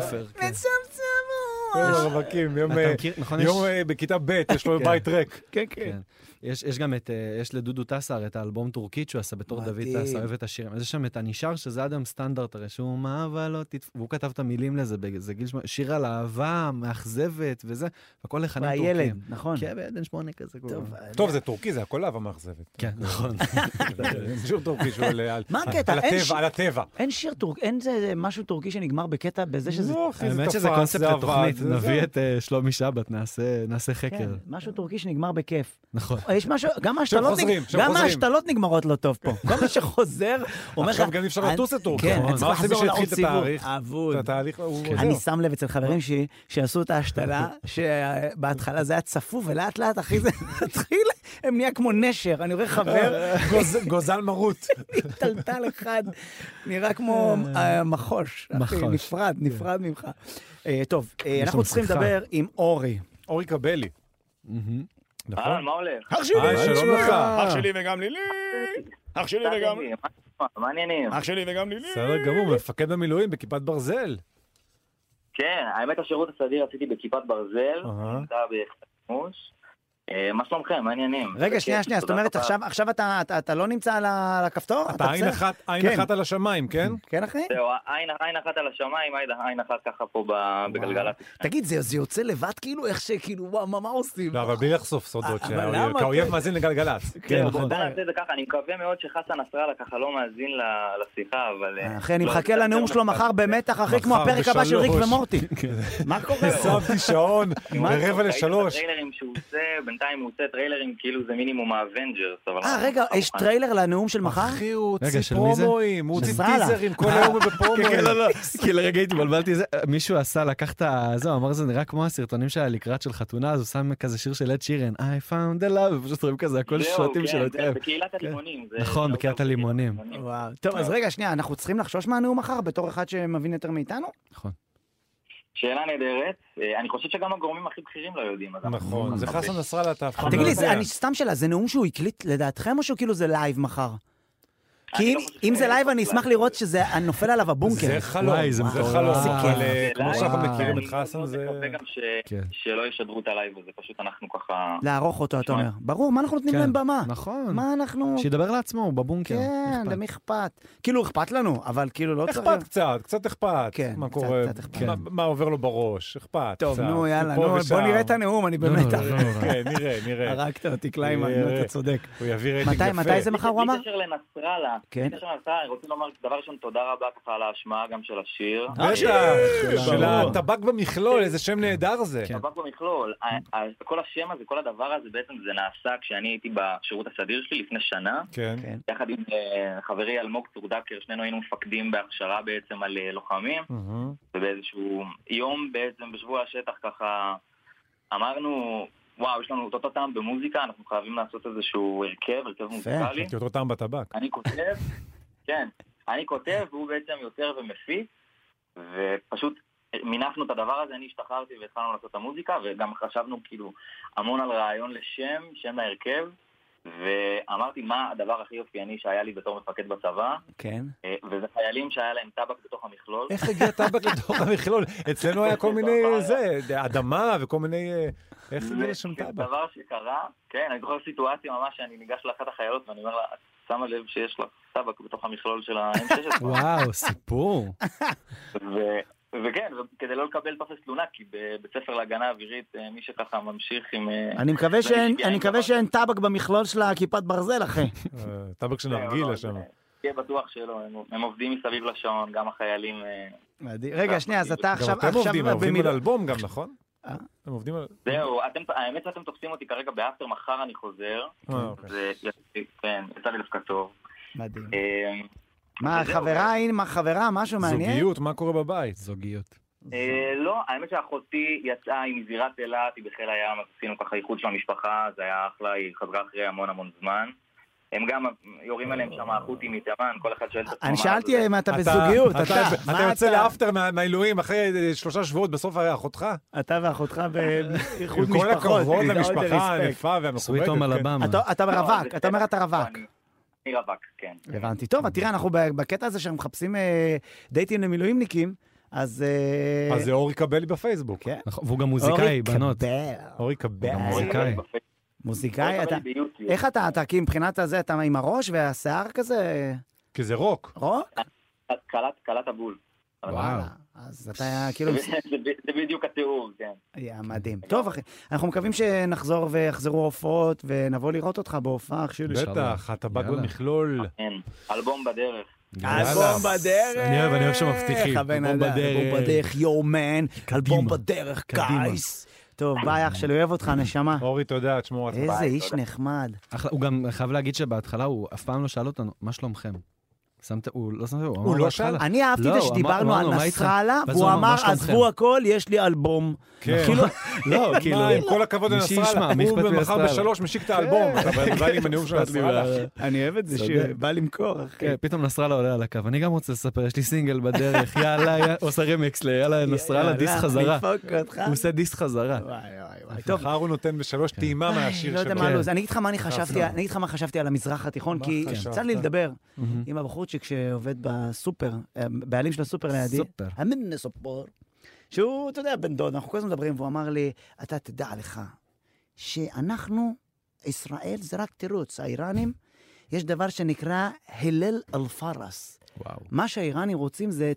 רווקים, יום בכיתה ב', יש לו בית ריק. כן, כן. יש גם יש לדודו טסר את האלבום טורקית שהוא עשה בתור דוד טסר, אוהב את השירים. יש שם את הנשאר, שזה אדם סטנדרט, הרי שהוא מה אבל לא תתפ... והוא כתב את המילים לזה, זה גיל שיר על אהבה, מאכזבת וזה, והכל לחנים טורקים. והילד, נכון. כן, בן 8 כזה. טוב, זה טורקי, זה הכל אהבה מאכזבת. כן, נכון. שיר טורקי שהוא מה הקטע? על הטבע. אין שיר טורקי, אין משהו טורקי שנגמר בקטע בזה שזה... האמת שזה קונספט לתוכנית, נביא את שלומי שבת, נעשה חקר. משהו טורקי שנגמר בכיף. נכון. יש משהו, גם ההשתלות נגמרות לא טוב פה. כל מה שחוזר, אומר לך... עכשיו גם אפשר לטוס את טורקיה. כן, צריך לחזור לעוד סיבוב. אני שם לב אצל חברים שעשו את ההשתלה, שבהתחלה זה היה צפוף, ולאט לאט אחי זה התחיל, הם נהיה כמו נשר. אני רואה חבר... גוזל מרות. טלטל אחד, נראה כמו מחוש. נפרד ממך. טוב, אנחנו צריכים לדבר עם אורי. אורי קבלי. נכון? מה הולך? אח שלי, שלום לך. אח שלי וגם לילי. אח שלי וגם לילי. מה העניינים? אח שלי וגם לילי. בסדר גמור, מפקד במילואים בכיפת ברזל. כן, האמת השירות הסדיר עשיתי בכיפת ברזל. נמצא בחתמוש. מה שלומכם? מה העניינים? רגע, שנייה, זאת אומרת, עכשיו אתה לא נמצא על הכפתור? אתה עין אחת על השמיים, כן? כן, אחי? זהו, עין אחת על השמיים, עין אחת ככה פה בגלגלת. תגיד, זה יוצא לבד כאילו, איך שכאילו, מה עושים? לא, אבל בלי לחשוף סודות, שהאויב מאזין לגלגלת. כן, בוא נעשה את זה ככה, אני מקווה מאוד שחסן נסראללה ככה לא מאזין לשיחה, אבל... אחי, אני מחכה לנאום שלו מחר במתח, אחרי כמו הפרק הבא של ריק ומורטי. מה קורה? שמתי שעון, ב14:45. בינתיים הוא עושה טריילרים כאילו זה מינימום האבנג'רס. רגע, יש טריילר לנאום של מחר? אחי, הוא הוציא פרומואים, הוא הוציא טיזרים, כל היום הוא בפרומואים. כי לרגע התבלבלתי, מישהו לקח את זה, הוא אמר זה נראה כמו הסרטונים שלה לקראת של חתונה, אז הוא שם כזה שיר של אד שירן, I found the love, ופשוט רואים כזה, הכל שוטים שלו. בקהילת הלימונים. נכון, בקהילת הלימונים. טוב, אז רגע, שנייה, אנחנו צריכים לחשוש מהנאום מחר בתור אחד שמבין יותר מאיתנו? נכון. שאלה נהדרת, אני חושב שגם הגורמים הכי בכירים לא יודעים. נכון, זה חסן נסראללה, אתה... תגיד לי, אני סתם שאלה, זה נאום שהוא הקליט לדעתכם או שהוא כאילו זה לייב מחר? כי אם זה לייב, אני אשמח לראות שזה נופל עליו הבונקר. זה חלום, זה חלום. כמו שאנחנו מכירים את חסן, זה... אני מקווה גם שלא ישדרו את הלייב הזה, פשוט אנחנו ככה... לערוך אותו, אתה אומר. ברור, מה אנחנו נותנים להם במה? נכון. מה אנחנו... שידבר לעצמו, הוא בבונקר. כן, למי אכפת. כאילו, אכפת לנו, אבל כאילו לא צריך... אכפת קצת אכפת. מה קורה, מה עובר לו בראש, אכפת. טוב, נו, יאללה, בוא נראה את הנאום, אני באמת... כן, נראה. הרגת אותי, קליימן, אתה צודק. הוא יביא רייטינג יפה. מתי זה מחר הוא אמר? בקשר לנסראללה, אני רוצה לומר דבר ראשון, תודה רבה ככה על ההשמעה גם של השיר. בטח, של הטבק במכלול, איזה שם נהדר זה. טבק במכלול, כל השם הזה, כל הדבר הזה בעצם זה נעשה כשאני הייתי בשירות הסדיר שלי לפני שנה. כן. יחד עם חברי אלמוג צורדקר, שנינו היינו מפקדים בהכשרה בעצם על לוחמים, ובאיזשהו יום בעצם בשבוע השטח ככה אמרנו, וואו, יש לנו אותו טעם במוזיקה, אנחנו חייבים לעשות איזשהו הרכב מוזיקלי. אותו טעם בטבק. אני כותב, והוא בעצם יוצר ומפיק, ופשוט מינפנו את הדבר הזה, אני השתחררתי והתחלנו לעשות את המוזיקה, וגם חשבנו כאילו המון על רעיון שם להרכב, ואמרתי מה הדבר הכי אופייני שהיה לי בתור מפקד בצבא. כן. וזה חיילים שהיה להם טבק בתוך המכלול. איך הגיע טבק לתוך המכלול? אצלנו היה כל מיני, אדמה וכל מיני, איך הגיע לשם טבק? זה דבר שקרה, כן, אני זוכר סיטואציה ממש שאני ניגש לאחת החיילות ואני אומר לה, את שמה לב שיש לך טבק בתוך המכלול של ה-M16. וואו, סיפור. וכן, כדי לא לקבל תופס תלונה, כי בבית ספר להגנה אווירית, מי שככה ממשיך עם... אני מקווה שאין טבק במכלול של הכיפת ברזל, אחי. טבק שנרגילה שם. תהיה בטוח שלא, הם עובדים מסביב לשעון, גם החיילים... רגע, שנייה, אז אתה עכשיו... גם אתם עובדים על אלבום גם, נכון? אתם עובדים על... זהו, האמת שאתם תופסים אותי כרגע באפטר, מחר אני חוזר. כן, יצא לי דווקא טוב. מדהים. מה, חברה, משהו מעניין? זוגיות, מה קורה בבית? זוגיות. לא, האמת שאחותי יצאה עם מזירת אילת, היא בחיל הים, אז עשינו ככה איחוד של המשפחה, זה היה אחלה, היא חזרה אחרי המון זמן. הם גם יורים עליהם שם האחותי מתימן, כל אחד שואל את עצמו. אני שאלתי אם אתה בזוגיות, אתה יוצא לאפטר מהאילואים אחרי 3 שבועות בסוף אחותך? אתה ואחותך באיחוד משפחות. עם כל הכבוד למשפחה הענפה והמכובדת. אתה רווק, אתה אומר אתה רווק. אני רווק, כן. הבנתי. טוב, תראה, אנחנו בקטע הזה שאנחנו מחפשים דייטים למילואימניקים, אז זה אורי קבלי בפייסבוק. והוא גם מוזיקאי, בנות. אורי קבל. מוזיקאי, איך אתה כי מבחינת הזה, אתה עם הראש והשיער כזה? כי זה רוק. רוק? קלת הבול. וואלה. אז אתה כאילו... זה בדיוק התיאור, כן. מדהים. טוב, אחי. אנחנו מקווים שנחזור ויחזרו הופעות, ונבוא לראות אותך בהופעה. בטח, הטבק במכלול. אלבום בדרך. אלבום בדרך. אני אוהב שמבטיחים. אלבום בדרך, יו מן. אלבום בדרך, גייס. טוב, ביי אח שלי, אוהב אותך, נשמה. אורי, תודה, תשמעו עצמך. איזה איש נחמד. הוא גם חייב להגיד שבהתחלה הוא אף פעם לא שאל אותנו, מה שלומכם? הוא לא שמתם, הוא לא שאל? אני אהבתי את זה שדיברנו על נסראללה, והוא אמר, עזבו הכל, יש לי אלבום. כאילו, לא, כאילו, עם כל הכבוד לנסראללה, הוא במחר ב3 משיק את האלבום, אתה בא לי עם הנאום של נסראללה. אני אוהב את זה שבא למכור, אחי. פתאום נסראללה עולה על הקו, אני גם רוצה לספר, יש לי סינגל בדרך, יאללה, עושה רמקס ליאללה, נסראללה, דיסק חזרה. הוא עושה דיסק חזרה. מחר הוא נותן ב3 טעימה מהשיר שלו. אני אגיד לך מה חשבתי על המזרח התיכון, כי יצא לי לדבר עם הבחורצ'יק שעובד בסופר, בעלים של הסופר לידי, המין סופר, שהוא, אתה יודע, בן דוד, אנחנו כל הזמן מדברים, והוא אמר לי, אתה תדע לך, שאנחנו, ישראל זה רק תירוץ, האיראנים, יש דבר שנקרא הלל אל-פרס. מה שהאיראנים רוצים זה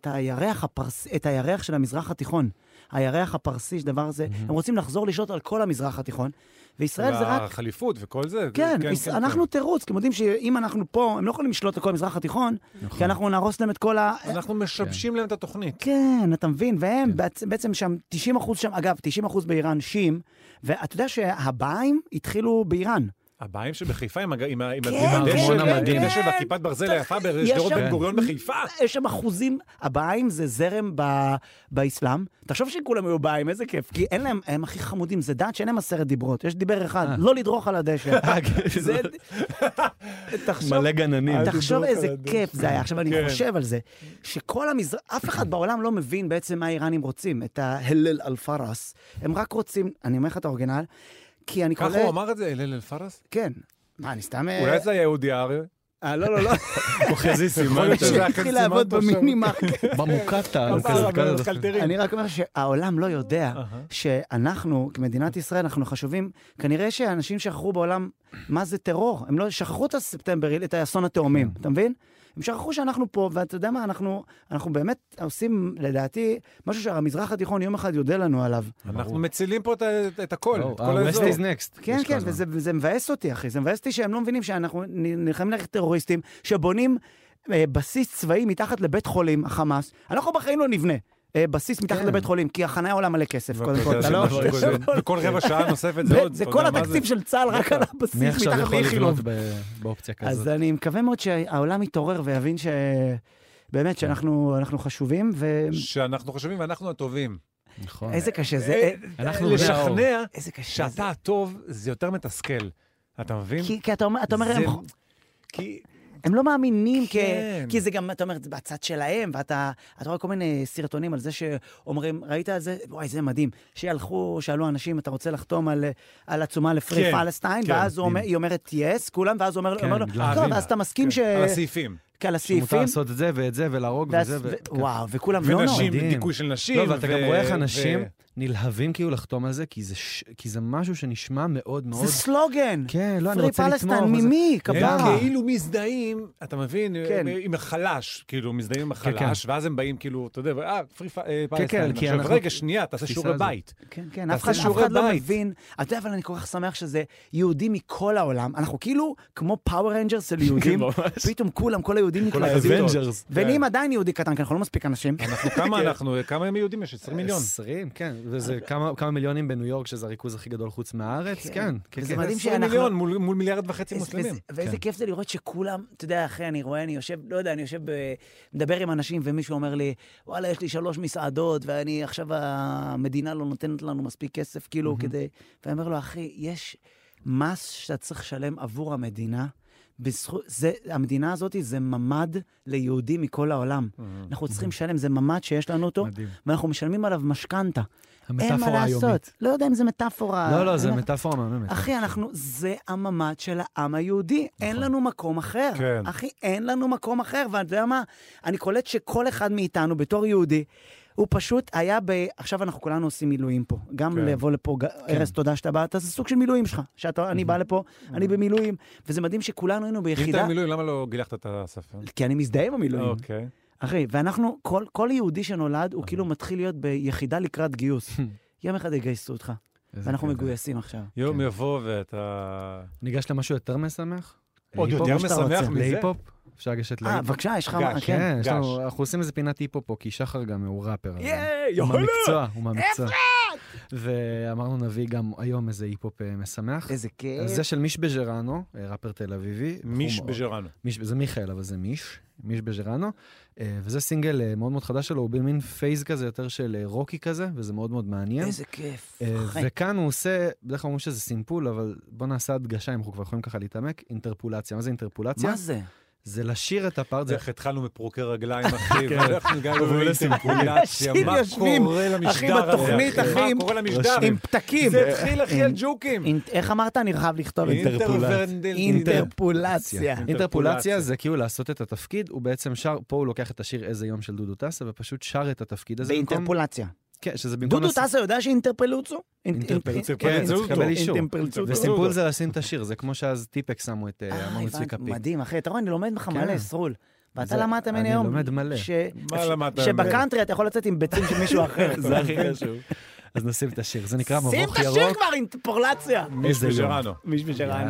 את הירח של המזרח התיכון. הירח הפרסי, שדבר הזה, הם רוצים לחזור לשלוט על כל המזרח התיכון, וישראל זה רק... החליפות וכל זה. כן, אנחנו תירוץ, כי הם יודעים שאם אנחנו פה, הם לא יכולים לשלוט על כל המזרח התיכון, כי אנחנו נהרוס להם את כל אנחנו משבשים להם את התוכנית. כן, אתה מבין, והם בעצם שם, 90% שם, אגב, 90% באיראן שיעים, ואתה יודע שהבאים התחילו באיראן. הבאים שבחיפה עם הדשא והכיפת ברזל היפה בשדרות בן גוריון בחיפה. יש שם אחוזים, הבאים זה זרם באסלאם. תחשוב שכולם היו באים, איזה כיף. כי אין להם, הם הכי חמודים, זה דעת שאין להם 10 דיברות. יש דיבר אחד, לא לדרוך על הדשא. מלא גננים. תחשוב איזה כיף זה היה. עכשיו אני חושב על זה, שכל אף אחד בעולם לא מבין בעצם מה האיראנים רוצים, את ההלל אל-פרס. הם רק רוצים, אני אומר לך את האורגינל, ככה הוא אמר את זה, הלל אל-פרס? כן. מה, אני סתם... אולי זה היה יהודי ערב? לא. אוחזי סימן. שהתחיל לעבוד במינימרקט. במוקטה. אני רק אומר שהעולם לא יודע שאנחנו, כמדינת ישראל, אנחנו חשובים, כנראה שאנשים שכחו בעולם מה זה טרור. הם לא שכחו את הספטמבר, את האסון התאומים, אתה מבין? הם שכחו שאנחנו פה, ואתה יודע מה, אנחנו באמת עושים, לדעתי, משהו שהמזרח התיכון יום אחד יודע לנו עליו. אנחנו מצילים פה את הכל, את כל האזור. West is next. כן, וזה מבאס אותי, אחי. זה מבאס אותי שהם לא מבינים שאנחנו נלחמים נגד טרוריסטים, שבונים בסיס צבאי מתחת לבית חולים, החמאס. אנחנו בחיים לא נבנה. בסיס מתחת לבית חולים, כי החניה עולה מלא כסף, קודם כל, אתה לא... וכל רבע שעה נוספת זה כל התקציב של צה"ל רק על הבסיס מתחת באיכילוב. מי עכשיו יכול לבנות באופציה כזאת? אז אני מקווה מאוד שהעולם יתעורר ויבין שבאמת שאנחנו חשובים שאנחנו חשובים ואנחנו הטובים. נכון. איזה קשה זה. לשכנע שאתה הטוב זה יותר מתסכל. אתה מבין? כי אתה אומר... הם לא מאמינים, כי זה גם, אתה אומר, בצד שלהם, ואתה רואה כל מיני סרטונים על זה שאומרים, ראית על זה? וואי, זה מדהים. שהלכו, שאלו אנשים, אתה רוצה לחתום על עצומה לפרי פלסטיין, ואז היא אומרת, yes, כולם, ואז הוא אומר לו, טוב, אז אתה מסכים על הסעיפים. על הסעיפים. שמותר לעשות את זה ואת זה, ולהרוג וזה. וואו, וכולם ונשים, דיכוי של נשים. לא, ואתה גם רואה איך אנשים נלהבים כאילו לחתום על זה, כי זה משהו שנשמע מאוד מאוד... זה סלוגן! כן, לא, אני רוצה לתמוך. פרי פלסטיין, ממי? הם כאילו מזדהים, אתה מבין, עם החלש, כאילו, מזדהים עם החלש, ואז הם באים כאילו, אתה יודע, פרי פלסטיין. עכשיו, רגע, שנייה, תעשה שיעורי בית. כן, כן, אף אחד לא מבין. אתה יודע, אבל אני כל כך שמח שזה יהודים מכל העולם. אנחנו כאילו, כמו פאוור רנג'רס של יהודים, פתאום כולם, כל היהודים מתלהבים. ונהיים עדיין יהודי קטן, כי אנחנו לא מספיק אנשים. כמה הם יהודים יש? 20 מיליון. 20, כן. וזה כמה מיליונים בניו יורק, שזה הריכוז הכי גדול חוץ מהארץ, כן. זה מדהים 20 מיליון מול 1.5 מיליארד מוסלמים. ואיזה כיף זה לראות שכולם, אתה יודע, אחרי אני רואה, אני יושב, לא יודע, אני יושב, מדבר עם אנשים, ומישהו אומר לי, וואלה, יש לי 3 מסעדות, ואני עכשיו המדינה לא נותנת לנו מספיק כסף, כאילו, כדי... ואני אומר לו, אחי, יש מס שאתה צריך לשלם עבור המדינה, המדינה הזאת זה ממד ליהודים מכל העולם. אנחנו צריכים לשלם, זה ממד שיש לנו אותו, ואנחנו משלמים עליו משכנתה. המטאפורה היומית. לא יודע אם זה מטאפורה... לא, זה מטאפורה מהממת. אחי, זה הממד של העם היהודי. אין לנו מקום אחר. אחי, אין לנו מקום אחר. ואתה יודע מה? אני קולט שכל אחד מאיתנו, בתור יהודי, הוא פשוט היה עכשיו אנחנו כולנו עושים מילואים פה. גם לבוא לפה, ארז, תודה שאתה בא, זה סוג של מילואים שלך. אני בא לפה, אני במילואים, וזה מדהים שכולנו היינו ביחידה. אם אתה במילואים, למה לא גילחת את הספר? כי אני מזדהה עם המילואים. אוקיי. אחי, ואנחנו, כל יהודי שנולד, הוא כאילו מתחיל להיות ביחידה לקראת גיוס. יום אחד יגייסו אותך, ואנחנו מגויסים עכשיו. יום יבוא ואתה... ניגש למשהו יותר משמח? עוד יותר משמח מזה? להיפ-הופ? אפשר לגשת להיפ-הופ? בבקשה, יש לך... כן, אנחנו עושים איזה פינת היפ-הופ פה, כי שחר גם הוא ראפר. הוא מהמקצוע. ואמרנו נביא גם היום איזה היפ-הופ משמח. איזה כיף. זה של מיש בג'רנו, ראפר תל אביבי. מיש בג'רנו. זה מיכאל, אבל זה מיש בג'רנו. וזה סינגל מאוד מאוד חדש שלו, הוא במין פייז כזה יותר של רוקי כזה, וזה מאוד מאוד מעניין. איזה כיף. וכאן הוא עושה, בדרך כלל אומרים שזה סימפול, אבל בוא נעשה הדגשה, אם אנחנו כבר יכולים ככה להתעמק, אינטרפולציה. מה זה אינטרפולציה? מה זה? זה לשיר את הפארט. איך התחלנו מפרוקי רגליים, אחי, ואנחנו הגענו לאינטרפולציה. מה קורה למשדר? אחי, בתוכנית, אחי, מה קורה למשדר? עם פתקים. זה התחיל, אחי, על ג'וקים. איך אמרת? אני רחב לכתוב אינטרפולציה. אינטרפולציה זה כאילו לעשות את התפקיד, הוא בעצם שר, פה הוא לוקח את השיר איזה יום של דודו טסה, ופשוט שר את התפקיד הזה. באינטרפולציה. כן, שזה במקום... דודו טסה יודע שאינטרפלוצו? אינטרפלוצו, כן, צריך לקבל אישור. וסימפול זה לשים את השיר, זה כמו שאז טיפק שמו את אמרנו צביקה פיק. מדהים, אחי, אתה רואה, אני לומד לך מלא, סרול. ואתה למדת ממני היום. אני לומד מלא. מה למדת? שבקאנטרי אתה יכול לצאת עם ביצים של מישהו אחר. זה הכי חשוב. אז נשים את השיר, זה נקרא מבוך ירוק. שים את השיר כבר, אינטרפולציה. מיש בג'רנו. מיש בג'רנו.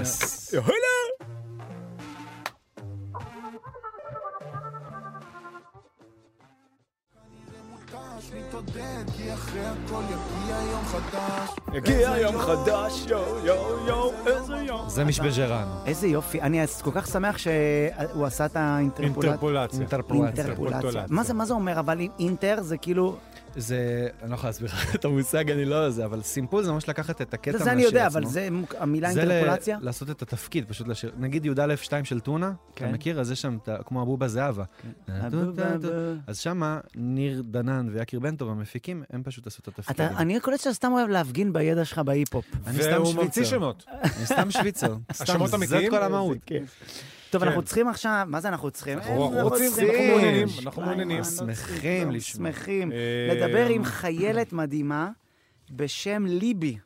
יגיע יום חדש, איזה יום. זה מיש בג'רנו. איזה יופי, אני כל כך שמח שהוא עשה את האינטרפולציה. מה זה אומר? אבל אינטר זה כאילו... זה, אני לא יכול להסביר את המושג, אני לא זה, אבל סימפול זה ממש לקחת את הקטע מהשיר עצמו. זה אני יודע, אבל זה המילה אינטרפולציה? זה לעשות את התפקיד, פשוט לשיר. נגיד י"א 2 של טונה, אתה מכיר? אז יש שם כמו הבובה זהבה. אז שמה ניר דנן ויקיר בנטוב המפיקים, הם פשוט עשו את התפקיד. אני קולט שאתה סתם אוהב להפגין בידע שלך בהיפ-הופ. והוא ממציא שמות. אני סתם שוויצר. השמות אמיתיים? זאת כל המהות. טוב, אנחנו צריכים עכשיו, מה זה אנחנו צריכים? אנחנו מעוניינים. שמחים לשמוע. שמחים לדבר עם חיילת מדהימה בשם ליבי.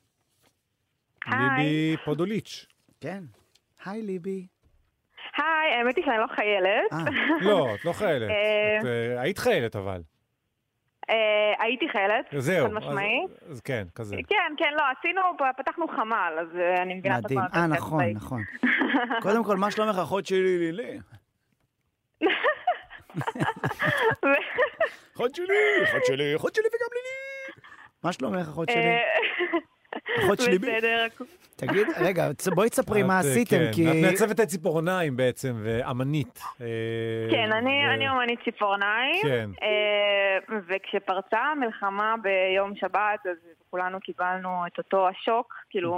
ליבי פודוליץ'. כן. היי ליבי. היי, האמת היא שאני לא חיילת. לא, את לא חיילת. היית חיילת אבל. הייתי חיילת. זהו. חד משמעית. אז כן, כזה. כן, לא, פתחנו חמ"ל, אז אני מבינה את מדהים. נכון. קודם כל, מה שלומך אחות שלי לילי? אחות שלי וגם לילי. מה שלומך אחות שלי? אחות שלי בי? בסדר. תגיד, רגע, בואי תספרי מה עשיתם, כי... את מעצבת את ציפורניים בעצם, ואמנית. כן, אני אמנית ציפורניים, וכשפרצה המלחמה ביום שבת, אז כולנו קיבלנו את אותו השוק, כאילו,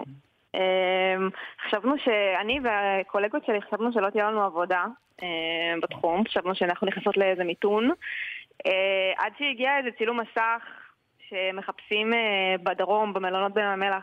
חשבנו שאני והקולגות שלי חשבנו שלא תהיה לנו עבודה בתחום, חשבנו שאנחנו נכנסות לאיזה מיתון, עד שהגיע איזה צילום מסך, שמחפשים בדרום, במלונות בים המלח,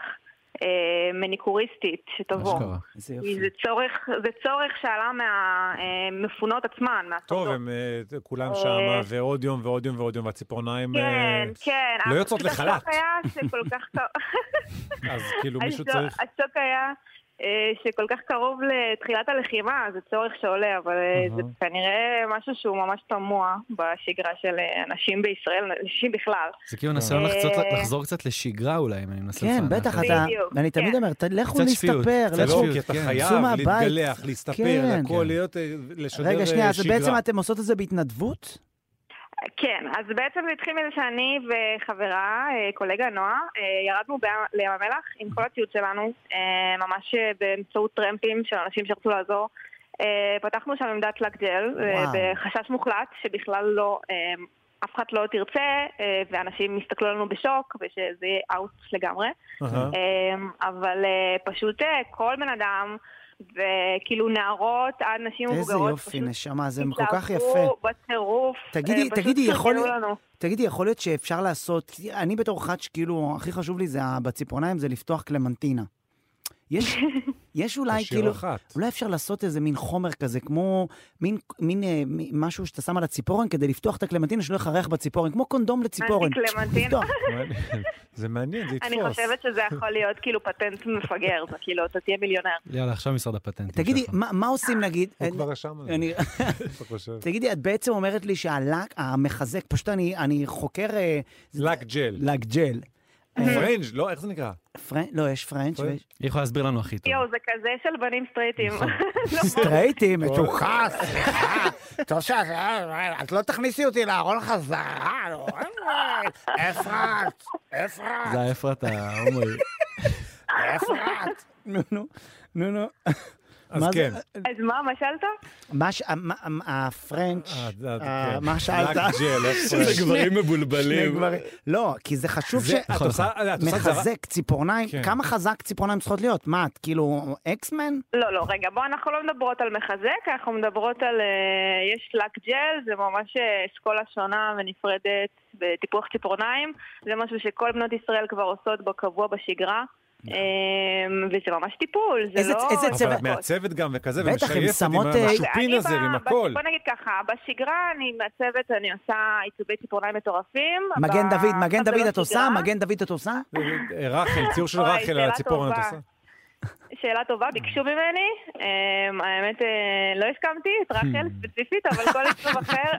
מניקוריסטית שתבוא. זה צורך שעלה מהמפונות עצמן. טוב, הם כולם שם, ועוד יום ועוד יום ועוד יום, והציפורניים לא יוצאות לחל"ת. השוק היה שכל כך אז כאילו מישהו צריך... השוק היה שכל כך קרוב לתחילת הלחימה, זה צורך שעולה, אבל זה כנראה משהו שהוא ממש תמוה בשגרה של אנשים בישראל, אנשים בכלל. זה כאילו ניסיון לחזור קצת לשגרה אולי, אם אני מנסה כן, בטח, ואני תמיד אומר, לכו להסתפר, כי אתה חייב להתגלח, להסתפר, הכל להיות, לשדר שגרה. רגע, שנייה, אז בעצם אתם עושות את זה בהתנדבות? כן, אז בעצם זה התחיל מזה שאני וחברה, קולגה נועה, ירדנו לים המלח עם כל הציוד שלנו, ממש באמצעות טרמפים של אנשים שרצו לעזור. פתחנו שם עמדת לק ג'ל, בחשש מוחלט שבכלל לא, אף אחד לא תרצה, ואנשים מסתכלו לנו בשוק, ושזה יהיה אאוט לגמרי. אבל פשוט כל בן אדם, וכאילו נערות עד נשים מבוגרות. איזה יופי, נשמה, זה כל כך יפה. בטירוף. תגידי, יכול להיות שאפשר לעשות, אני בתור אחד שכאילו, הכי חשוב לי זה, בציפורניים זה לפתוח קלמנטינה. יש אולי כאילו, אולי אפשר לעשות איזה מין חומר כזה, כמו מין משהו שאתה שם על הציפורן, כדי לפתוח את הקלמנטינה שלא יחרח בציפורן, כמו קונדום לציפורן. אנטי-קלמנטינה. זה מעניין, זה יתפוס. אני חושבת שזה יכול להיות כאילו פטנט מפגר, זה כאילו, אתה תהיה מיליונר. יאללה, עכשיו משרד הפטנט. תגידי, מה עושים נגיד? הוא כבר רשם על זה. תגידי, את בעצם אומרת לי שהלק, המחזק, פשוט אני חוקר... לק ג'ל. לק ג'ל. פרנץ', לא? איך זה נקרא? לא, יש פרנץ'. היא יכולה להסביר לנו הכי טוב. יואו, זה כזה של בנים סטרייטים. סטרייטים, מתוחה, סליחה. טוב את לא תכניסי אותי לארון חזרה. אפרת. זה האפרת ההומואי. אפרת. נו. אז כן. אז מה שאלת? הפרנץ', מה שאלת? זה גברים מבולבלים. לא, כי זה חשוב שמחזק ציפורניים, כמה חזק ציפורניים צריכות להיות? מה, את כאילו אקסמן? לא, רגע, בוא, אנחנו לא מדברות על מחזק, אנחנו מדברות על, יש לק ג'ל, זה ממש אסכולה שונה ונפרדת בטיפוח ציפורניים, זה משהו שכל בנות ישראל כבר עושות בקבוע בשגרה. וזה ממש טיפול, זה לא... אבל את מעצבת גם וכזה, ומשייפת עם השופין הזה, עם הכל. בוא נגיד ככה, בשגרה אני מעצבת, אני עושה עיצובי ציפורניים מטורפים. מגן דוד את עושה? מגן דוד את עושה? רחל, ציור של רחל על הציפורן את עושה. שאלה טובה, ביקשו ממני, האמת לא הסכמתי, את רחל ספציפית, אבל כל עיצוב אחר.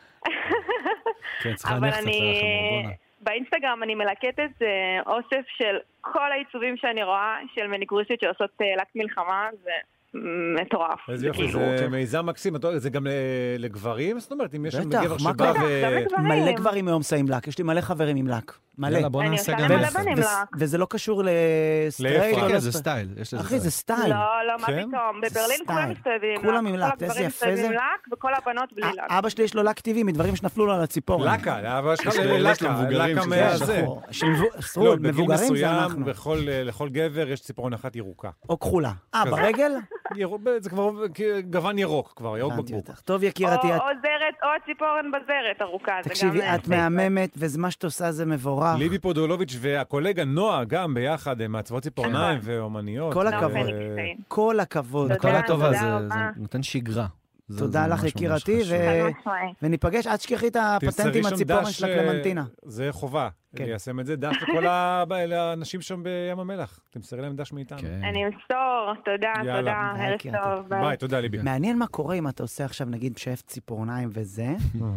כן, צריכה נכסת לכם, באינסטגרם אני מלקטת אוסף של כל העיצובים שאני רואה של מניקוריסטיות שעושות לק מלחמה, זה מטורף. איזה יופי, זה מיזם מקסים, זה גם לגברים? זאת אומרת, אם יש שם גבר שבא מלא גברים היום שמים לק, יש לי מלא חברים עם לק. מלא. אני עושה גם מלא בנים לק. וזה לא קשור לסטרייט. זה סטייל. אחי, זה סטייל. לא, מה פתאום. בברלין כולם מסתובבים עם לק. כולם עם לק, איזה יפה זה. וכל הבנות בלי לק. אבא שלי יש לו לק טבעי, מדברים שנפלו לו על הציפורן. לקה, אבא שלך לקה מהזה. מבוגרים זה אנחנו. לכל גבר יש ציפורן אחת ירוקה. או כחולה. ברגל? זה כבר גוון ירוק כבר, ירוק בקבוק. טוב יקירתי. או זרת, או הציפורן בזרת ארוכה. תקשיבי, את מהממת, ומה שאת עושה זה מבורך. מטורף. ליבי פודולוביץ' והקולגה נועה גם ביחד, הם מעצבות ציפורניים ואומניות. כל הכבוד. כל הכבוד. כל הטובה, זה נותן שגרה. תודה לך, יקירתי, וניפגש, עד שכחי את הפטנטים הציפורן של הקלמנטינה. זה חובה, ליישם את זה, דש לכל האנשים שם בים המלח. תמסרי להם דש מאיתנו. אני אמסור, תודה, ערב טוב. ביי, תודה ליבי. מעניין מה קורה אם אתה עושה עכשיו, נגיד, שייף ציפורניים וזה,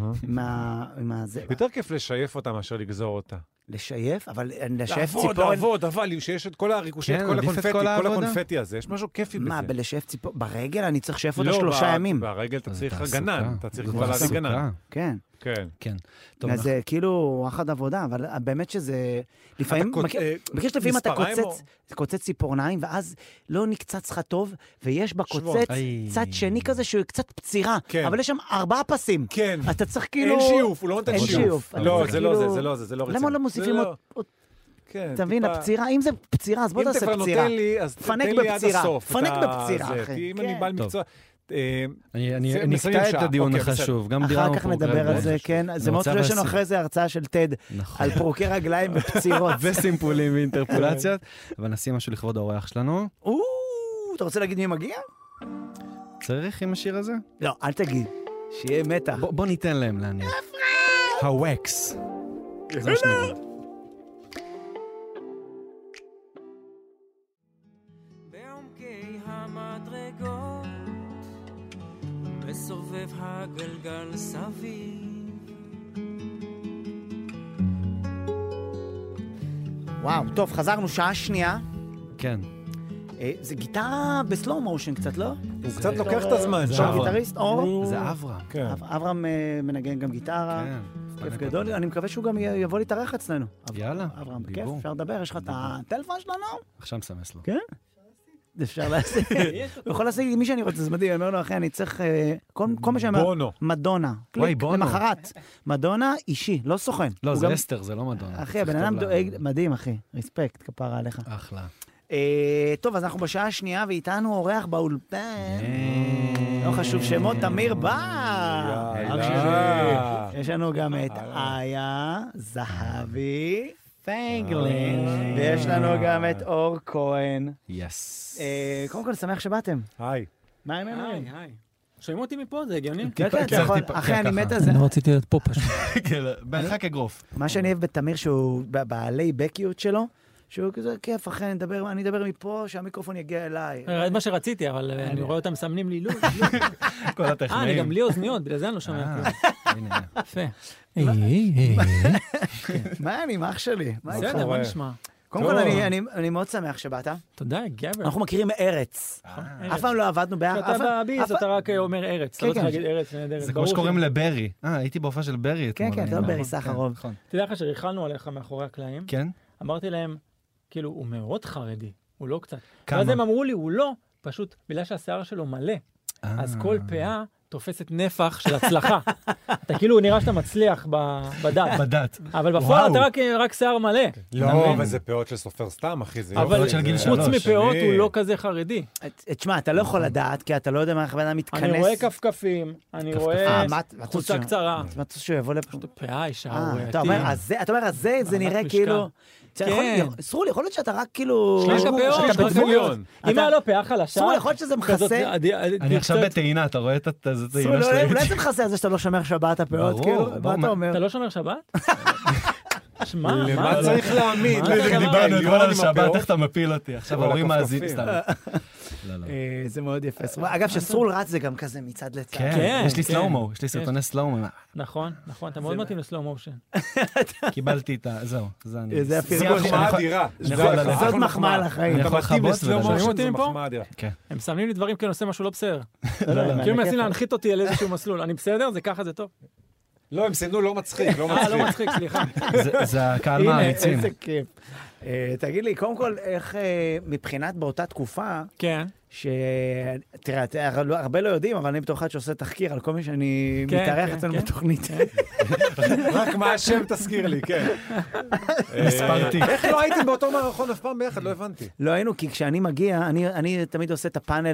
יותר כיף לשייף אותה מאשר לגזור אותה. לשייף, אבל לשייף ציפורן... לעבוד, אבל שיש את כל הריקושית, כל הקונפטי הזה, יש משהו כיפי בזה. מה, בלשייף ציפורן? ברגל אני צריך לשייף אותה 3 ימים. ברגל אתה צריך גנן, אתה צריך כבר להביא גנן. כן. כן. אז זה כאילו אחת עבודה, אבל באמת שזה... לפעמים, בקש לפעמים אתה קוצץ ציפורניים, ואז לא נקצץ לך טוב, ויש בקוצץ צד שני כזה שהוא קצת פצירה, אבל יש שם 4 פסים. כן. אתה צריך כאילו... אין שיוף, הוא לא נותן שיוף. לא, זה לא זה, זה לא רציני. למה לא מוסיפים עוד... תבין, הפצירה, אם זה פצירה, אז בוא תעשה פצירה. אם אתה כבר נותן לי, אז תן לי עד הסוף. פנק בפצירה, אחי. אם אני בעל מקצוע... אני נקטע את הדיון החשוב, גם דירה אחר כך נדבר על זה, כן. זה מאוד חשוב לנו אחרי זה הרצאה של טד, על פרוקי רגליים ופצירות. וסימפולים ואינטרפולציות, אבל נשים משהו לכבוד האורח שלנו. אתה רוצה להגיד מי מגיע? צריך עם השיר הזה? לא, אל תגיד. שיהיה מתח. בוא ניתן להם להניח. הווקס. זה מה שנגיד. מסובב הגלגל סביב. וואו, טוב, חזרנו שעה שנייה. כן. זה גיטרה בסלואו מושן קצת, לא? הוא קצת לוקח את הזמן. זה גיטריסט, אור? זה אברהם. אברהם מנגן גם גיטרה. כיף גדול, אני מקווה שהוא גם יבוא להתארח אצלנו. יאללה. אברהם, בכיף, אפשר לדבר, יש לך את הטלפון שלנו? עכשיו מסמס לו. כן? אפשר לעשות. הוא יכול לעשות מי שאני רוצה, זה מדהים, אני אומר לו, אחי, אני צריך, כל מה שאומר, בונו. מדונה. קליק, למחרת. מדונה אישי, לא סוכן. לא, זה אסתר, זה לא מדונה. אחי, הבן אדם דואג, מדהים, אחי. ריספקט, כפרה עליך. אחלה. טוב, אז אנחנו בשעה השנייה, ואיתנו אורח באולפן. לא חשוב שמות, תמיר בא. יש לנו גם את איה זהבי. פנגלין, ויש לנו גם את אור כהן. יס. קודם כל, שמח שבאתם. היי. מה הם אומרים? היי. שומעים אותי מפה, זה הגיוני? כן, כן, אתה יכול. אחי, אני מת על זה. אני רציתי להיות פה פשוט. בהרחק אגרוף. מה שאני אוהב בתמיר, שהוא בעלי בקיות שלו, שהוא כזה כיף, אחי, אני אדבר מפה, שהמיקרופון יגיע אליי. זה מה שרציתי, אבל אני רואה אותם מסמנים לי, לא. כל הטכנאים. אני גם בלי אוזניות, בגלל זה אני לא שומע. הנה. יפה. מה אני, אח שלי? בסדר, מה נשמע? קודם כל, אני מאוד שמח שבאת. תודה, גבר. אנחנו מכירים ארץ. אף פעם לא עבדנו ביחד. כשאתה בביס, אתה רק אומר ארץ. אתה לא צריך להגיד ארץ ונהדרת. זה כמו שקוראים לברי. הייתי בהופעה של ברי אתמול. כן, כן, אתה לא ברי סחרוב. תדע לך שריחלנו עליך מאחורי הקלעים. כן? אמרתי להם, כאילו, הוא מאוד חרדי, הוא לא קצת. כמה? ואז הם אמרו לי, הוא לא, פשוט בגלל שהשיער שלו מלא. אז כל פאה תופסת נפח של הצלחה. אתה כאילו נראה שאתה מצליח בדת. בדת. אבל בפועל אתה רק שיער מלא. לא, אבל זה פאות של סופר סתם, אחי. אבל חוץ מפאות הוא לא כזה חרדי. תשמע, אתה לא יכול לדעת, כי אתה לא יודע מה איך בן מתכנס. אני רואה כפכפים, אני רואה חוצה קצרה. מה אתה שהוא יבוא לפה? פאה אישה, אתה אומר, זה נראה כאילו... כן. סרול, יכול להיות שאתה רק כאילו... שליש הפאות, מיליון. אם היה לו פאה חלשה... סרול, יכול להיות שזה מכסה... אני עכשיו בטעינה, אתה רואה את הטעינה שלי? אולי זה מכסה על זה שאתה לא שומר שבת הפאות, כאילו? מה אתה אומר? אתה לא שומר שבת? שמע, למה צריך להאמין? דיברנו אתמול על שבת, איך אתה מפיל אותי? עכשיו ההורים מאזינים, סתם. זה מאוד יפה. אגב, שסרול רץ זה גם כזה מצד לצד. כן, יש לי סלואו-מו, יש לי סרטוני סלואו-מו. נכון, אתה מאוד מתאים לסלואו מושן. קיבלתי את ה... זהו, זה אני... זה אפילו מחמאה אדירה. זאת מחמאה לחיים. אתה מתאים לסלואו שומעים מושן, אותי זה מפה? מחמאה אדירה. הם מסמנים לי דברים כאילו עושה משהו לא בסדר. כאילו מנסים להנחית אותי על איזשהו מסלול. אני בסדר? זה ככה, זה טוב. לא, הם סימנו לא מצחיק, לא מצחיק. לא מצחיק, סליחה. זה הקהל מעריצים. הנה, איזה כיף. תגיד לי, קודם כל, איך מבחינת באותה תקופה, כן. תראה, הרבה לא יודעים, אבל אני בתור אחד שעושה תחקיר על כל מי שאני מתארח אצלנו בתוכנית. רק מה השם תזכיר לי, כן. הספרתי. איך לא הייתם באותו מערכון אף פעם ביחד? לא הבנתי. לא היינו, כי כשאני מגיע, אני תמיד עושה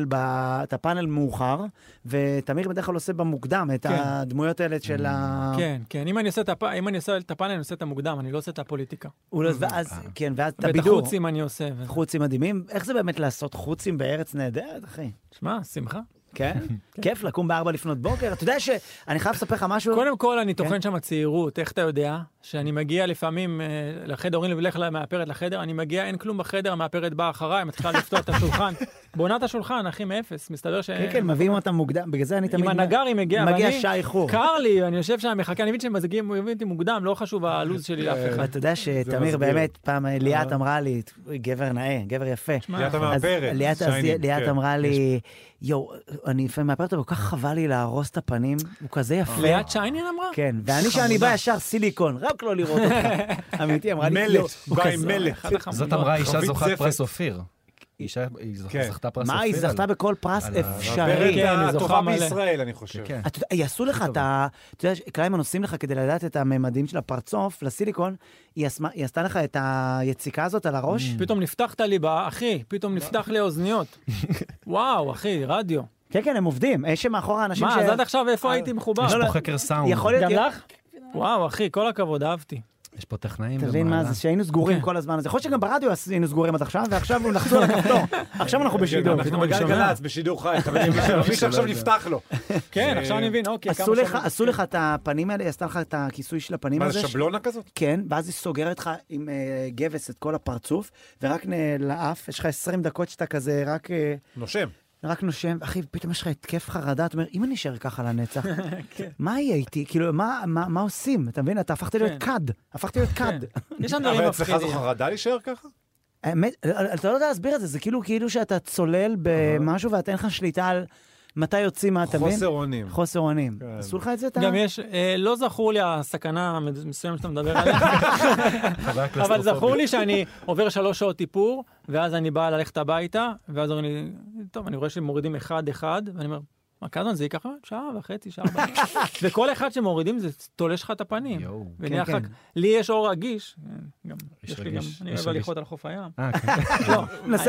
את הפאנל מאוחר, ותמיר בדרך כלל עושה במוקדם את הדמויות האלה של ה... כן, כן. אם אני עושה את הפאנל, אני עושה את המוקדם, אני לא עושה את הפוליטיקה. ואז, כן, ואז את ואת הבידור. החוצים אני עושה. חוצים מדהימים. איך זה באמת לעשות חוצים בארץ נהדרת, אחי? שמע, שמחה. כן? כיף לקום ב4 לפנות בוקר. אתה יודע שאני חייב לספר לך משהו? קודם כל, אני טוחן שם הצעירות. איך אתה יודע? שאני מגיע לפעמים לחדר, אומרים לי, לך מהפרת לחדר, אני מגיע, אין כלום בחדר, המאפרת באה אחריי, מתחילה לפתוח את השולחן. בונה את השולחן, אחי, מאפס. מסתבר ש... כן, כן, מביאים אותם מוקדם. בגלל זה אני תמיד... עם הנגר היא מגיעה, מגיע שעה איחור. קר לי, אני יושב שם, מחכה, אני מבין שהם מגיעים אותי מוקדם, לא חשוב הלו"ז שלי לאף אחד. אתה יודע שתמיר באמת, פעם ליאת אמרה לי, גבר נאה, גבר יפה. ליאת המאפרת. ליאת אמרה לי, יו, אני לפעמים מאפרת, אבל כל כך חבל לי להרוס את הפנים, הוא כזה יפה. ליאת שיינין אמרה? כן, ואני שאני בא ישר סיליקון, רק לא לראות אותך. אמיתי, אמרה לי, מלך, הוא בא עם מלך. זאת אמרה אישה זוכת פרס אופיר. אישה זכתה פרס אופיר. מה, היא זכתה בכל פרס אפשרי. הטובה בישראל, אני חושב. יעשו לך את ה... אתה יודע, קליימן עושים לך כדי לדעת את הממדים של הפרצוף, לסיליקון, היא עשתה לך את היציקה הזאת על הראש. פתאום נפתחת לי, אחי, פתאום נפתח לי אוזניות. וואו, אחי, רדיו. כן, כן, הם עובדים. יש מאחור האנשים מה, אז עד עכשיו איפה הייתי מחובר? יש פה חקר סאונד. גם לך? וואו, אחי, כל הכבוד, אהבתי. יש פה טכנאים. תבין מה זה, שהיינו סגורים כל הזמן הזה. יכול להיות שגם ברדיו היינו סגורים עד עכשיו, ועכשיו הוא נחזור לכפתור. עכשיו אנחנו בשידור. אנחנו בגל גלץ, בשידור חי. מי שעכשיו נפתח לו. כן, עכשיו אני מבין, אוקיי. עשו לך את הפנים האלה, עשתה לך את הכיסוי של הפנים הזה. מה, זה שבלונה כזאת? כן, ואז היא סוגרת לך עם גבס את כל הפרצוף, ורק לאף, יש לך 20 דקות שאתה כזה רק... נושם. רק נושם, אחי, פתאום יש לך התקף חרדה, אתה אומר, אם אני אשאר ככה לנצח, מה יהיה איתי? כאילו, מה עושים? אתה מבין? אתה הפכת להיות קד. הפכת להיות קד. אבל אצלך זו חרדה להישאר ככה? האמת, אתה לא יודע להסביר את זה, זה כאילו שאתה צולל במשהו ואתה אין לך שליטה על מתי יוצאים מה, אתה מבין? חוסר אונים. חוסר אונים. עשו לך את זה? גם יש, לא זכור לי הסכנה מסוים שאתה מדבר עליה, אבל זכור לי שאני עובר 3 שעות טיפור, ואז אני בא ללכת הביתה, ואז אומרים לי, טוב, אני רואה שמורידים אחד, ואני אומר, מה כזמן זה ייקח? שעה וחצי, שעה וחצי. וכל אחד שמורידים זה תולש לך את הפנים. לי יש אור רגיש, אני אוהב הליכות על חוף הים. מנסה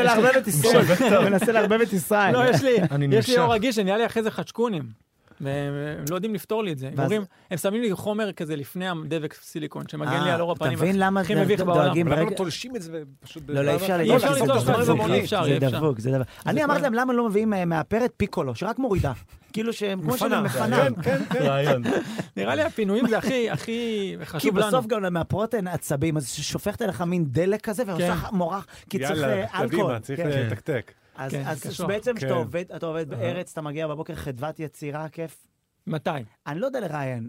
לערבב את ישראל. לא, יש לי אור רגיש, נהיה לי אחרי זה חצ'קונים. והם לא יודעים לפתור לי את זה. הם שמים לי חומר כזה לפני הדבק סיליקון, שמגן לי על אור הפנים. תבין למה דואגים... למה לא תולשים את זה ופשוט... לא, אפשר לתלוש. אני אמרתי להם, למה לא מביאים מאפרת פיקולו, שרק מורידה. כאילו שהם כמו שאני מפנה. כן. נראה לי הפינויים זה הכי חשוב לנו. כי בסוף גם למאפרות הן עצבים, אז שופכת אליך מין דלק כזה, ועושה מורח, כי צריך אלכוהול. צריך לתקתק. אז בעצם כשאתה עובד בארץ, אתה מגיע בבוקר חדוות יצירה, כיף. מתי? אני לא יודע לראיין.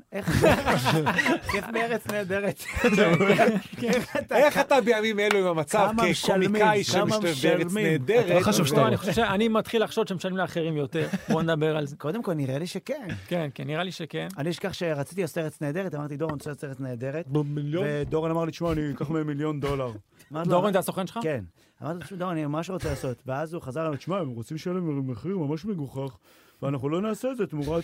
כיף בארץ נהדרת. איך אתה בימים אלו עם המצב כקומיקאי שמשתתף בארץ נהדרת? אני חושב שאני מתחיל לחשוד שמשלמים לאחרים יותר. בוא נדבר על זה. קודם כל, נראה לי שכן. כן, נראה לי שכן. אני אשכח שרציתי לעשות ארץ נהדרת, אמרתי, דורון, רוצה לעשות ארץ נהדרת. ודורון אמר לי, תשמע, אני אקח $1,000,000. דורון זה הסוכן שלך? כן. אמרתי, דורון, אני ממש רוצה לעשות. ואז הוא חזר אליי, תשמע, הם רוצים לשלם מחיר ממש מגוחך. ואנחנו לא נעשה את זה, תמורת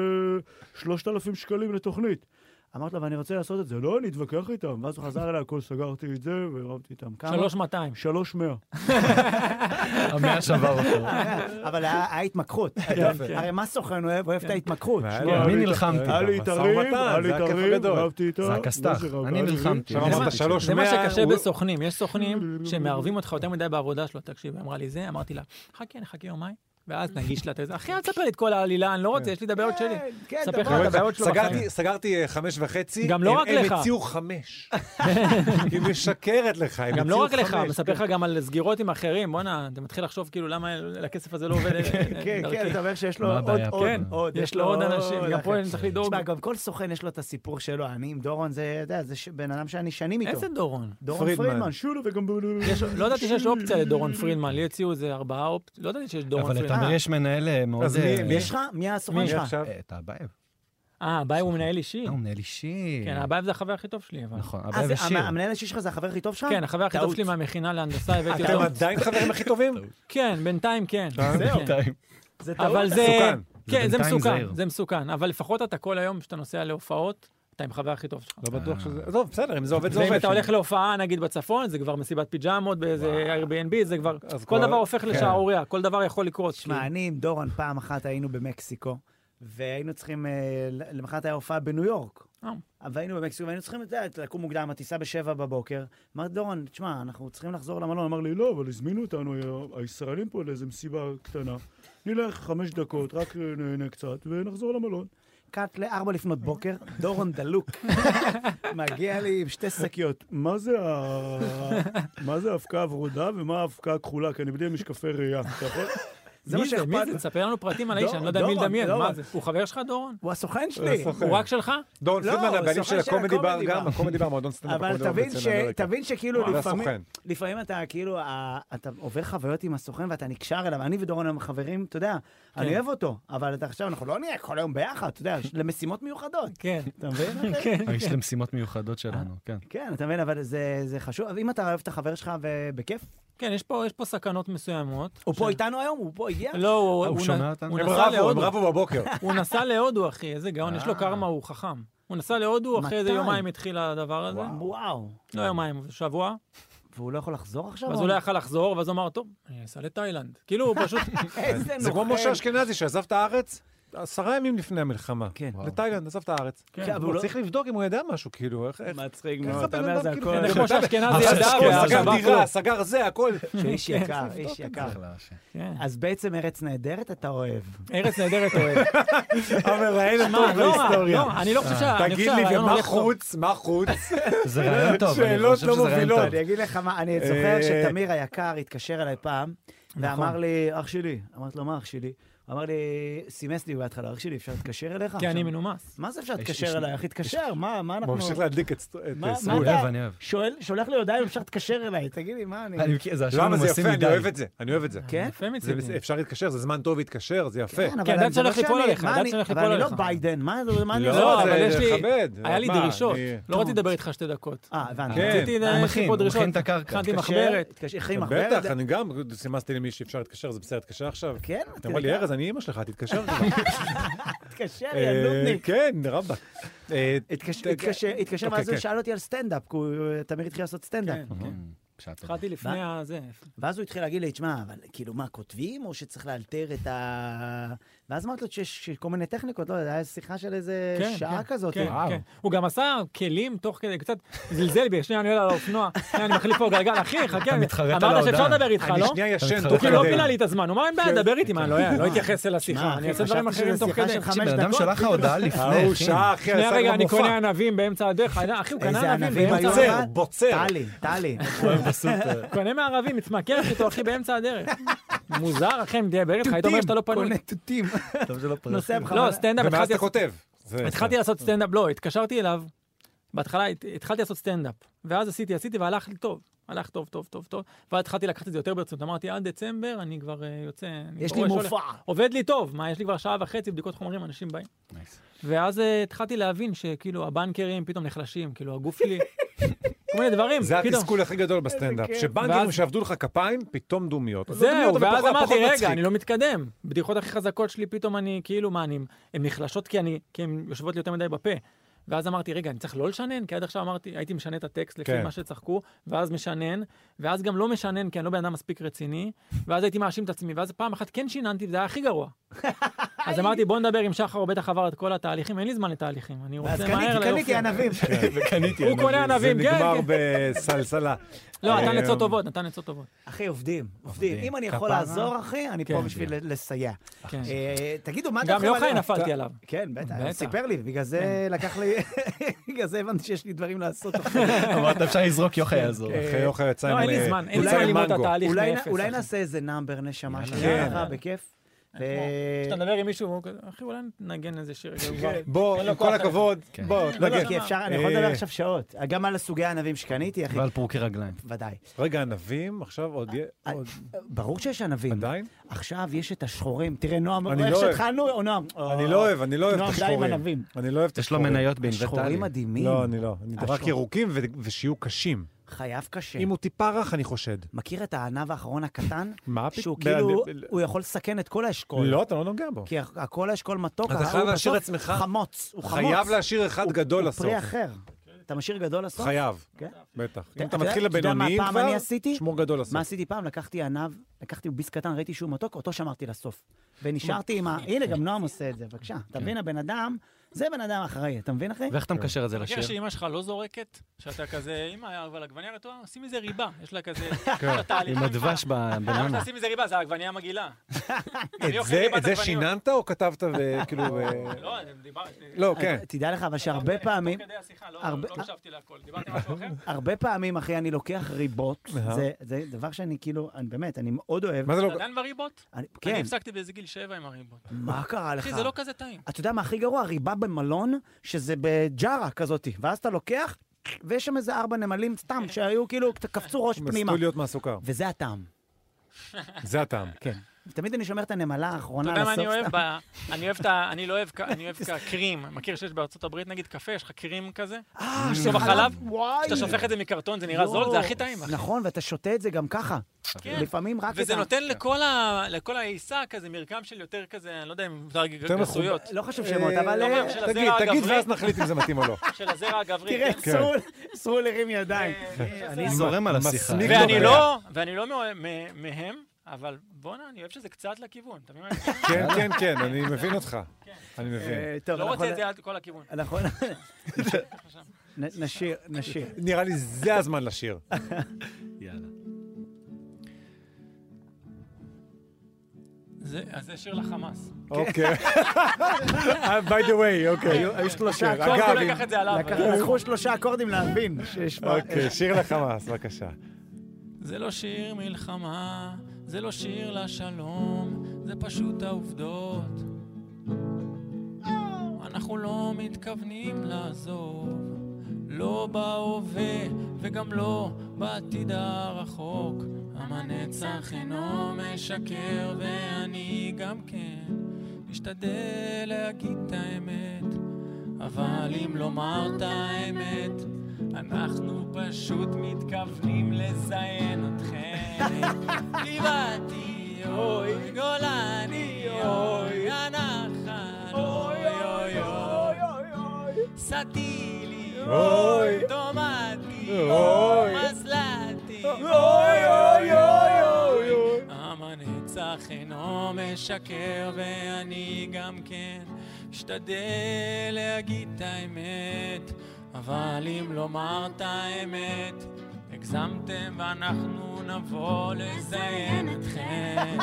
3,000 שקלים לתוכנית. אמרתי לו, ואני רוצה לעשות את זה. לא, אני אתווכח איתם. ואז הוא חזר אליי, הכל סגרתי את זה, והרבתי איתם. כמה? 3,200. 3,100. 100 שבר אותו. אבל היה התמקחות. הרי מה סוכן אוהב? אוהב את ההתמקחות. אני נלחמתי. היה לי תריב, רבתי איתם. זה הכסתח. אני נלחמתי. זה מה שקשה בסוכנים. יש סוכנים שמערבים אותך יותר מדי בעבודה שלו. תקשיב, אמרה לי זה, אמרתי לה, חכה יומיים. ואז נגיש לה את זה. אחי, אל תספר לי את כל העלילה, אני לא רוצה, יש לי את הבעיות שלי. ספר לך את הבעיות שלו בחיים. סגרתי 5.5, גם לא רק לך. הם הציעו 5. היא משקרת לך, הם גם לא רק לך, 5. מספר לך גם על סגירות עם אחרים, בוא'נה, אתה מתחיל לחשוב כאילו למה הכסף הזה לא עובד. כן, אתה אומר שיש לו עוד. יש לו עוד אנשים, גם פה אני צריך לדאוג. תשמע, גם כל סוכן יש לו את הסיפור שלו, אני עם דורון, זה בן אדם שאני שנים איתו. איזה דורון? דורון פרידמן, שולו וגם... לא ידעתי שיש אופציה לדורון פרידמן, לי הציעו איזה 4 אופציות, לא ידעתי שיש דורון פרידמן. אבל יש מנהל מאוד... יש לך? מי הסוכן שלך? את האבייב. הבייב הוא מנהל אישי. הוא מנהל אישי. כן, הבייב זה החבר הכי טוב שלי. נכון, הבייב ושיר. המנהל האישי שלך זה החבר הכי טוב שלך? כן, החבר הכי טוב שלי מהמכינה להנדסה. אתם עדיין חברים הכי טובים? כן, בינתיים כן. זהו. זה טעות. אבל זה... מסוכן. כן, זה מסוכן, זה מסוכן. אבל לפחות אתה כל היום שאתה נוסע להופעות, אתה עם חבר הכי טוב שלך. לא בטוח שזה... טוב, בסדר, אם זה עובד, זה עובד. ואם אתה הולך להופעה, נגיד בצפון, זה כבר מסיבת פיג'מות, באיזה Airbnb, זה כבר... כל דבר הופך לשערוריה, כל דבר יכול לקרות. שמע, אני עם דורון פעם אחת היינו במקסיקו, והיינו צריכים... למחרת היה הופעה בניו יורק. והיינו במקסיקו, והיינו צריכים לקום מוקדם, הטיסה ב7 בבוקר. אמרתי, דורון, תשמע, אנחנו צריכים לחזור למלון. אמר לי, לא, אבל הזמינו אותנו, הישראלים פה לאיזו מסיבה קטנה. נלך 5 דקות, רק נהנה קצת, ונחזור למלון. קאט ל4 לפנות בוקר, דורון דלוק. מגיע לי עם 2 שקיות. מה זה האבקה הוורודה ומה האבקה הכחולה? כי אני בלי משקפי ראייה. מי זה? מי זה? תספר לנו פרטים על האיש, אני לא יודע מי לדמיין. מה זה? הוא חבר שלך, דורון? הוא הסוכן שלי. הוא רק שלך? דורון פרידמן, הבעלים של הקומדי בר גם, הקומדי בר, מועדון סטנדאפ. אבל תבין שכאילו לפעמים אתה כאילו, אתה עובר חוויות עם הסוכן ואתה נקשר אליו. אני ודורון הם חברים, אתה יודע, אני אוהב אותו, אבל אתה עכשיו, אנחנו לא נהיה כל היום ביחד, אתה יודע, למשימות מיוחדות. כן. אתה מבין? יש למשימות מיוחדות שלנו, כן. כן, אתה מבין, אבל זה חשוב. אם אתה אוהב את החבר שלך ובכיף, כן, יש פה סכנות מסוימות. הוא פה איתנו היום? הוא פה הגיע? לא, הוא שומע אותנו? הם רבו בבוקר. הוא נסע להודו, אחי, איזה גאון, יש לו קרמה, הוא חכם. הוא נסע להודו, אחרי איזה יומיים התחיל הדבר הזה. וואו. לא יומיים, שבוע. והוא לא יכול לחזור עכשיו? אז הוא לא יכול לחזור, ואז הוא אמר, טוב, אני אסע לתאילנד. כאילו, הוא פשוט... זה כמו משה אשכנזי שעזב את הארץ 10 ימים לפני המלחמה. כן. לתאילנד, עזב את הארץ. הוא צריך לבדוק אם הוא ידע משהו, כאילו, איך... מצחיק מאוד, אתה אומר זה הכל. כמו שאשכנזי ידע, סגר דירה, סגר זה, הכל. שאיש יקר, איש יקר. אז בעצם ארץ נהדרת אתה אוהב. ארץ נהדרת אוהב. אבל ראינו טוב בהיסטוריה. לא, אני לא חושב תגיד לי, ומה חוץ? מה חוץ? זה רעיון טוב. שאלות לא מובילות. אני אגיד לך מה, אני זוכר שתמיר היקר התקשר אליי פעם, ואמר לי, אח שלי, אמרתי לו, מה אח שלי? אמר לי, סימס לי בהתחלה, אח שלי, אפשר להתקשר אליך? כי אני מנומס. מה זה אפשר להתקשר אליי? איך התקשר? מה אנחנו... בוא נמשיך להדליק את סרול. אני אוהב. שולח לי הודעה אם אפשר להתקשר אליי, תגיד לי, מה אני... למה זה יפה? אני אוהב את זה. אני אוהב את זה. כן? אפשר להתקשר, זה זמן טוב להתקשר, זה יפה. כן, ידעת שלך ליפול עליך, אבל אני לא ביידן, מה אני... לא, אבל יש לי... היה לי דרישות. לא רציתי לדבר איתך 2 דקות. הבנתי. רציתי להכין פה דרישות. הכנתי מחברת. בטח, אני גם סימסתי למי שאפשר להתקשר, זה בסדר, תתקשר עכשיו. כן? אתה אומר לי, ארז, אני אמא שלך, תתקשר. תתקשר, יא נודניק. כן, רבא. התקשר, ואז הוא שאל אותי על סטנדאפ, כי תמיר התחיל לעשות סטנדאפ. התחלתי לפני הזה. ואז הוא התחיל להגיד לי, תשמע, אבל כאילו מה, כותבים, או שצריך לאלתר את ה... ואז אמרתי לו שיש כל מיני טכניקות, לא יודע, היה שיחה של איזה שעה כזאת. הוא גם עשה כלים תוך כדי, קצת זלזל בי, שנייה, אני עולה על האופנוע, אני מחליף פה גלגל, אחי, חכה, אמרת שאפשר לדבר איתך, לא? אני שנייה ישן תוך הוא כדי. כאילו לא פינה לי את הזמן, הוא אמר, אין בעיה, דבר איתי, מה, לא התייחס אל השיחה, אני אעשה דברים אחרים תוך כדי. בן אדם שלח לך הודעה לפני, אחי. שנייה רגע, אני קונה ענבים באמצע הדרך, אחי, הוא קנה ענבים באמצע הדרך. בוצר. טלי. קונה מערבים, מתמקח איתו, אחי, באמצע הדרך. מוזר, אחי, מדבר איתך, היית אומר שאתה לא פנוי. קונה תותים. לא, סטנדאפ, ומאז אתה כותב. התחלתי לעשות סטנדאפ, לא, התקשרתי אליו, בהתחלה התחלתי לעשות סטנדאפ, ואז עשיתי והלך לי טוב, הלך טוב, ואז התחלתי לקחת את זה יותר ברצינות, אמרתי, עד דצמבר אני כבר יוצא, יש לי מופע. עובד לי טוב, מה, יש לי כבר 1.5 שעה בדיקות חומרים, אנשים באים. ואז התחלתי להבין שכאילו הבנקרים פתאום נחלשים, כאילו הגוף שלי, כל מיני דברים. זה התסכול הכי גדול בסטנדאפ, שבנקרים שעבדו לך כפיים, פתאום דומיות. זהו, ואז אמרתי, רגע, אני לא מתקדם. בדיחות הכי חזקות שלי, פתאום אני, כאילו, מה, הן נחלשות כי הן יושבות לי יותר מדי בפה. ואז אמרתי, רגע, אני צריך לא לשנן, כי עד עכשיו אמרתי, הייתי משנה את הטקסט לפי מה שצחקו, ואז משנן, ואז גם לא משנן, כי אני לא בן אדם מספיק רציני, ואז הייתי מאשים את עצמי, ואז פעם אחת כן שיננתי, וזה היה הכי גרוע. אז אמרתי, בוא נדבר עם שחר, הוא בטח עבר את כל התהליכים, אין לי זמן לתהליכים, אני רוצה מהר ליופי. קניתי ענבים. הוא קונה ענבים, כן. זה נגמר בסלסלה. לא, נתן עצות טובות. אחי, עובדים. אם אני יכול לעזור, אחי, אני פה בשביל לסייע. תגידו, מה אתה יכול... גם יוחאי נפלתי עליו. כן, בטח, סיפר לי, בגלל זה לקח לי... בגלל זה הבנתי שיש לי דברים לעשות. אמרת, אפשר לזרוק, יוחאי יעזור. אחרי יוחאי יצא עם... לא, אין לי זמן ללמוד את התהליך מאפס. אולי נעשה איזה נאמבר נשמה שלך, בכיף. כשאתה מדבר עם מישהו, אחי, אולי נגן איזה שיר. בוא, עם כל הכבוד, בוא, נגן. כי אפשר, אני יכול לדבר עכשיו שעות. גם על סוגי הענבים שקניתי, אחי. ועל פרוקי רגליים. ודאי. רגע, ענבים, עכשיו עוד... ברור שיש ענבים. עדיין? עכשיו יש את השחורים. תראה, נועם, אני איך לא אוהב. שהתחלנו, או נועם? אני לא אוהב את נועם, די עם השחורים. ענבים. אני לא אוהב את יש לו השחורים. מניות באינבטלי. שחורים מדהימים. לא, אני לא. אני רק ירוקים ושיהיו קשים. חייב קשה. אם הוא טיפה רך, אני חושד. מכיר את הענב האחרון הקטן? מה? שהוא כאילו, הוא יכול לסכן את כל האשכול. לא, אתה לא נוגע בו. כי כל האשכול מתוק, אתה חייב להשאיר עצמך. חמוץ. הוא חמוץ. חייב להשאיר אחד גדול לסוף. הוא פרי אחר. אתה משאיר גדול לסוף? חייב. כן. בטח. אם אתה מתחיל לבינוניים כבר, שמור גדול לסוף. מה עשיתי פעם? לקחתי ענב, לקחתי ביס קטן, ראיתי שהוא מתוק, אותו שמרתי לסוף. ונשארתי עם הנה, גם נועם עושה את זה, בבקשה. אתה מבין, הבן אדם, זה בן אדם אחראי, אתה מבין, אחי? ואיך אתה מקשר את זה לשיר? מכיר שאמא שלך לא זורקת? שאתה כזה, אמא, אבל עגבניה רטועה, שים איזה ריבה. יש לה כזה... עם הדבש בבננה. שים איזה ריבה, זה העגבניה מגעילה. את זה שיננת או כתבת וכאילו... לא, דיברתי... לא, כן. תדע לך, אבל שהרבה פעמים... תוך כדי השיחה, לא הקשבתי להכל. דיברתי משהו אחר? הרבה פעמים, אחי, אני לוקח ריבות. זה דבר שאני כאילו, באמת, אני מאוד אוהב. מה זה לא... אתה עדיין בריבות? כן. אני הפסקתי באיזה גיל 7 עם הריבות. מה קרה לך? אחי, זה לא כזה טעים. אתה יודע מה הכי גרוע? ריבה במלון, שזה בג'ארה כזאת, ואז אתה לוקח, ויש שם איזה 4 נמלים סתם, שהיו כאילו, קפצו ראש פנימה. מסטו להיות מהסוכר. וזה הטעם. זה הטעם. כן. תמיד אני שומר את הנמלה האחרונה לסוף. אתה לסוף. יודע מה אני אוהב? אני אוהב קרים. מכיר שיש בארצות הברית, נגיד, קפה, יש לך קרים כזה? סוף החלב? כשאתה שופך את זה מקרטון, זה נראה זול, זה הכי טעים. נכון, ואתה שותה את זה גם ככה. לפעמים רק את וזה נותן לכל העיסה כזה מרקם של יותר כזה, אני לא יודע אם מותר גסויות. לא חשוב שמות, אבל... תגיד ואז נחליט אם זה מתאים או לא. של הזרע הגברי. תראה, סרול הרים ידיים. אני זורם על השיחה. ואני לא מהם, אבל בוא'נה, אני אוהב שזה קצת לכיוון. כן, כן, אני מבין אותך. אני מבין. לא רוצה את זה עד כל הכיוון. נכון. נשיר. נראה לי זה הזמן לשיר. יאללה. אז זה שיר לחמאס. אוקיי. by the way, אוקיי. היו 3 אקורדים. אקורדים. לקח את זה עליו. לקחו 3 אקורדים להבין. אוקיי, שיר לחמאס, בבקשה. זה לא שיר מלחמה, זה לא שיר לשלום, זה פשוט העובדות. אנחנו לא מתכוונים לעזוב, לא בהווה וגם לא בעתיד הרחוק. הנצח אינו משקר ואני גם כן משתדל להגיד את האמת, אבל אם לומר את האמת אנחנו פשוט מתכוונים לזיין אתכם. גבעתי אוי, גולני אוי, הנחל אוי אוי אוי, סטילי אוי, טומטי אוי, מסלטי אוי אוי אוי, הנצח אינו משקר ואני גם כן משתדל להגיד את האמת, אבל אם לומר את האמת הגזמתם ואנחנו נבוא לזיין אתכם.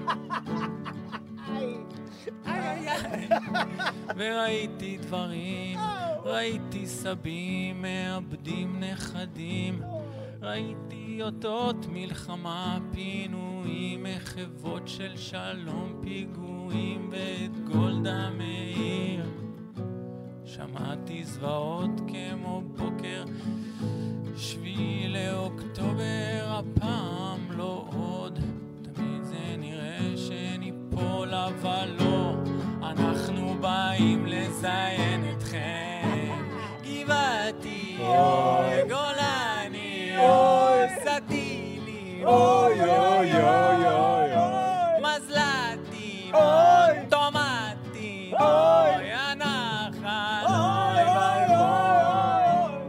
וראיתי דברים, ראיתי סבים מאבדים נכדים, ראיתי אותות מלחמה, פינויים, מחוות של שלום, פיגועים ואת גולדה מאיר. שמעתי זוועות כמו בוקר 7 לאוקטובר, הפעם לא עוד, תמיד זה נראה שניפול אבל לא, אנחנו באים לזיין אתכם. גבעתי אוי, גולני אוי, סטילי אוי אוי אוי אוי, מזלתי אוי, טומטי אוי, הנחל אוי אוי אוי.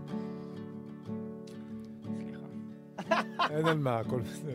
אין על מה, הכל בסדר.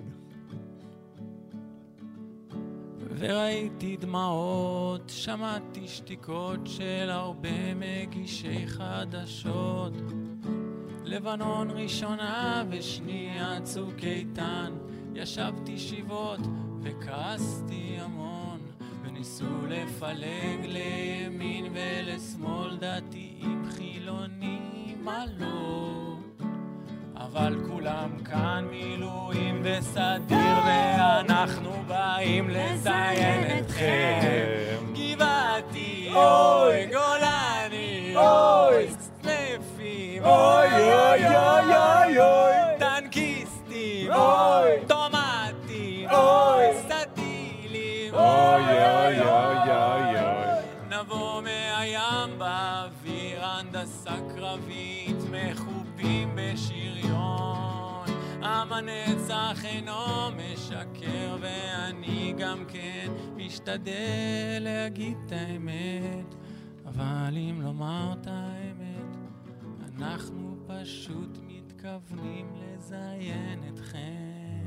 וראיתי דמעות, שמעתי שתיקות של הרבה מגישי חדשות. לבנון ראשונה ושנייה צוק איתן, ישבתי שבעות וכעסתי המון, וניסו לפלג לימין ולשמאל, דתיים חילונים, מה לא? אבל כולם כאן מילואים וסדיר ואנחנו אנחנו באים לציין אתכם. גבעתי, אוי, גולני, אוי, סלפים, אוי, אוי, אוי, אוי, אוי, טנקיסטים, אוי, טומטים, אוי, סטילים, אוי, אוי, אוי, אוי, אוי. נבוא מהים באוויר, הנדסה קרבית, מחופים בשריון. עם הנצח אינו משקר, ואני גם כן משתדל להגיד את האמת. אבל אם לומר את האמת, אנחנו פשוט מתכוונים לזיין אתכם.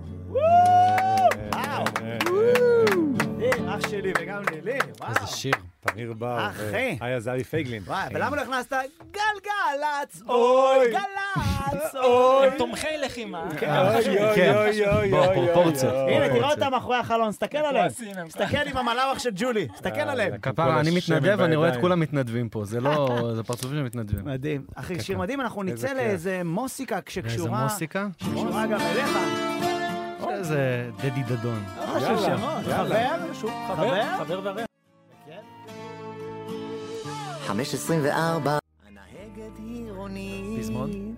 וואו! אח שלי וגם לילי, וואו. איזה שיר. תמיר בר, אחי. איה זהבי פייגלין. וואי, ולמה לא הכנסת גלגלצ, אוי, גלצ, אוי. הם תומכי לחימה. אוי, אוי, אוי, בפרופורציות. הנה, תראה אותם מאחורי החלון, סתכל עליהם. סתכל עם המלאך של ג'ולי, סתכל עליהם. כפרה, אני מתנדב, אני רואה את כולם מתנדבים פה. זה לא, זה פרצופים שמתנדבים. מדהים. אחי, שיר מדהים, אנחנו נצא לאיזה מוסיקה שקשורה... איזה מוסיקה? שקשורה גם אליך. איזה דדי דדון. חשוב שמות. חבר? שוב, חבר ורע. 5:24 הנהגת עירוני פזמון.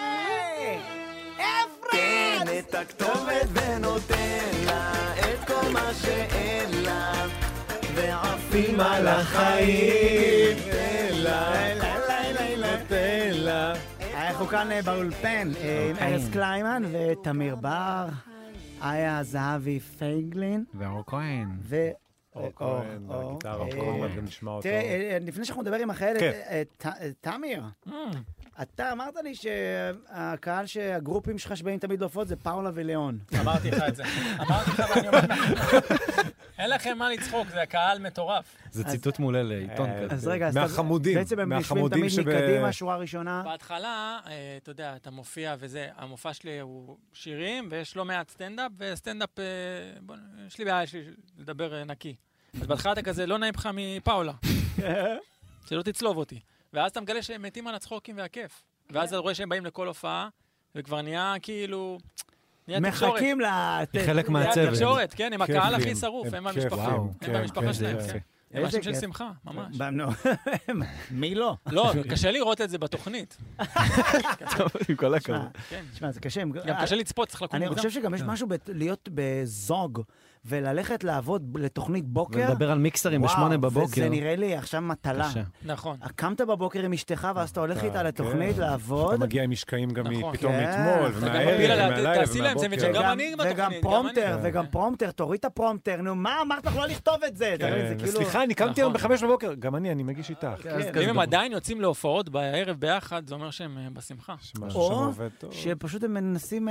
תן את הכתובת ונותן לה את כל מה שאין לה ועפים על החיים תן לה. אנחנו כאן באולפן עם ארז קליימן ותמיר בר, איה זהבי פייגלין ואור כהן. אור כהן, בגיטרה, עוד נשמע אותו. תראה, לפני שאנחנו נדבר עם החיילת, תמיר, אתה אמרת לי שהקהל שהגרופים שלך שבאים תמיד להופעות זה פאולה וליאון. אמרתי לך את זה. אמרתי לך ואני אומר לך. אין לכם מה לצחוק, זה הקהל מטורף. זה ציטוט מעולה לעיתון כזה. אז רגע, מהחמודים. בעצם הם נשבים תמיד מקדימה, שורה ראשונה. בהתחלה, אתה יודע, אתה מופיע וזה, המופע שלי הוא שירים, ויש לא מעט סטנדאפ, וסטנדאפ, יש לי בעיה לדבר נקי. אז בהתחלה אתה כזה, לא נעים לך מפאולה. שלא תצלוב אותי. ואז אתה מגלה שהם מתים על הצחוקים והכיף. ואז אתה רואה שהם באים לכל הופעה, וכבר נהיה כאילו... מחכים חלק מהצוות. תקשורת, כן, עם הקהל הכי שרוף, הם המשפחה. הם במשפחה שלהם, כן. הם אנשים של שמחה, ממש. מי לא? לא, קשה לראות את זה בתוכנית. טוב, עם כל הכבוד. תשמע, זה קשה. גם קשה לצפות, צריך לקום מוקדם. אני חושב שגם יש משהו להיות בזוג, וללכת לעבוד לתוכנית בוקר. ולדבר על מיקסרים ב8 בבוקר. וזה נראה לי עכשיו מטלה. נכון. קמת בבוקר עם אשתך, ואז אתה הולך איתה לתוכנית לעבוד. אתה מגיע עם משקעים גם פתאום מאתמול, ומהערב, ומהלילה, וגם פרומטר, תוריד את הפרומטר, נו, מה אמרת לך לא לכתוב את זה? סליחה, אני קמתי היום ב5 בבוקר, גם אני מגיש איתך. אם הם עדיין יוצאים להופעות בערב ביחד, זה אומר שהם בשמחה. או שפשוט הם מנסים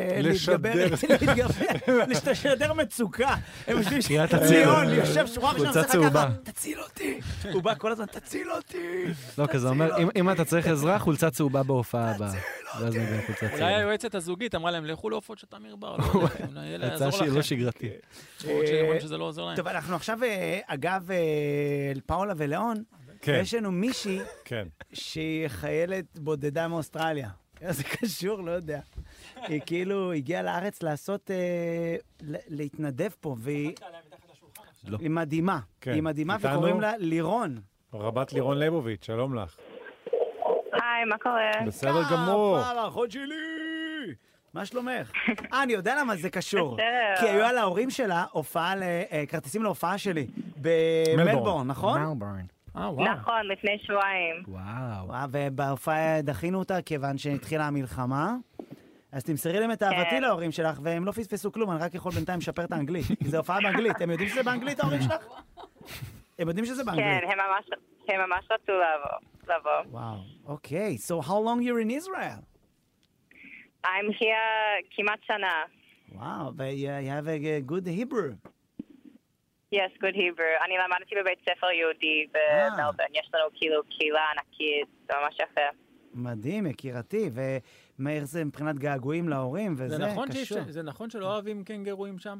לשדר מצוקה. הם יושבים ציון, יושב שורה ראשונה, עושה ככה, תציל אותי. הוא בא כל הזמן, תציל אותי. לא, כזה אומר, אם אתה צריך עזרה, חולצה צהובה בהופעה הבאה. אולי היועצת הזוגית אמרה להם, לכו להופעות של תמיר בר. הצעה שהיא לא שגרתי. שזה לא עוזר להם. טוב, אנחנו עכשיו, אגב, פאולה וליאון, יש לנו מישהי שהיא חיילת בודדה מאוסטרליה. זה קשור, לא יודע. היא כאילו הגיעה לארץ לעשות, להתנדב פה, והיא מדהימה. היא מדהימה וקוראים לה לירון. רבת לירון ליבוביץ', שלום לך. היי, מה קורה? בסדר גמור. אחות שלי! מה שלומך? אני יודע למה זה קשור. כי היו על ההורים שלה כרטיסים להופעה שלי במלבורן, נכון? מלבורן. נכון, לפני שבועיים. וואו. ובהופעה דחינו אותה כיוון שהתחילה המלחמה. אז תמסרי להם את אהבתי להורים שלך, והם לא פספסו כלום, אני רק יכול בינתיים לשפר את האנגלית. כי זה הופעה באנגלית. הם יודעים שזה באנגלית, ההורים שלך? הם יודעים שזה באנגלית. כן, הם ממש רצו לבוא. וואו, אוקיי. So how long you're in Israel? I'm here כמעט שנה. Wow, but you have a good Hebrew. Yes, good Hebrew. אני למדתי בבית ספר יהודי במלבורן. יש לנו כאילו קהילה ענקית, זה ממש יפה. מדהים, יקירתי, ומאיר זה מבחינת געגועים להורים, וזה קשור. זה נכון שלא אוהבים קנגרואים שם?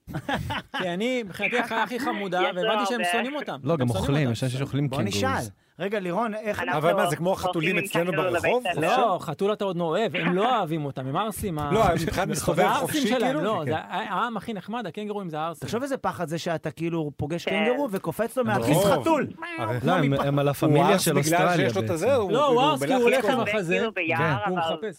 כי אני, מבחינתי החיה הכי חמודה, והבנתי שהם שונאים אותם. לא, גם אוכלים, יש אנשים שאוכלים קנגרואים. בוא נשאל, רגע, לירון, איך... אבל מה, זה כמו החתולים אצלנו ברחוב? לא, חתול אתה עוד לא אוהב, הם לא אוהבים אותם, הם ערסים. לא, מבחינת מסתובב חופשי כאילו? לא, זה העם הכי נחמד, הקנגורים זה הערסים. תחשוב איזה פחד זה שאתה כאילו פוגש קנגורו וקופץ לו מהכיס חתול. לא, הם על הפמיליה של אוסטרליה. שיש לו את הזה, לא, הוא ארס כי הוא הולך עם החזה. הוא מחפש.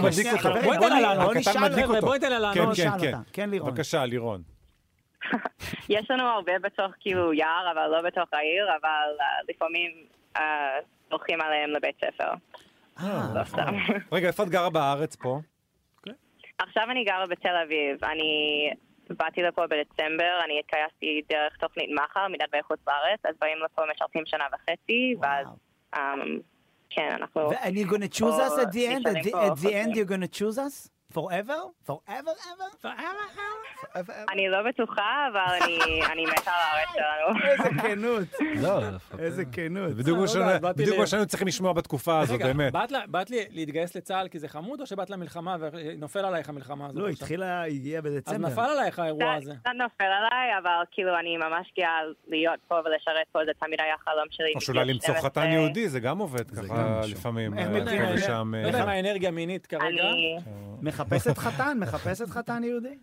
בואי תן לה לענות. כן, לירון. בבקשה, לירון. יש לנו הרבה בתוך כאילו יער, אבל לא בתוך העיר, אבל לפעמים הולכים עליהם לבית ספר. רגע, איפה את גרה בארץ פה? עכשיו אני גרה בתל אביב. אני באתי לפה בדצמבר, אני התקייסתי דרך תוכנית מחר, מדעת בחוץ לארץ, אז באים לפה משרתים שנה וחצי, ואז כן, אנחנו... And you're gonna choose us at the end? At the end you're gonna choose us? Forever? Forever, ever? אני לא בטוחה, אבל אני מתה על הארץ שלנו. איזה כנות. לא, איזה כנות. בדיוק מה שהיינו צריכים לשמוע בתקופה הזאת, באמת. רגע, באת להתגייס לצה"ל כי זה חמוד, או שבאת למלחמה ונופל עלייך המלחמה הזאת? לא, הגיעה בדצמבר. אז נפל עלייך האירוע הזה. קצת נופל עליי, אבל כאילו אני ממש גאה להיות פה ולשרת פה, זה תמיד היה חלום שלי. או שאולי למצוא חתן יהודי, זה גם עובד ככה לפעמים. לא יודע מה האנרגיה מינית כרגע. מחפשת חתן יהודי?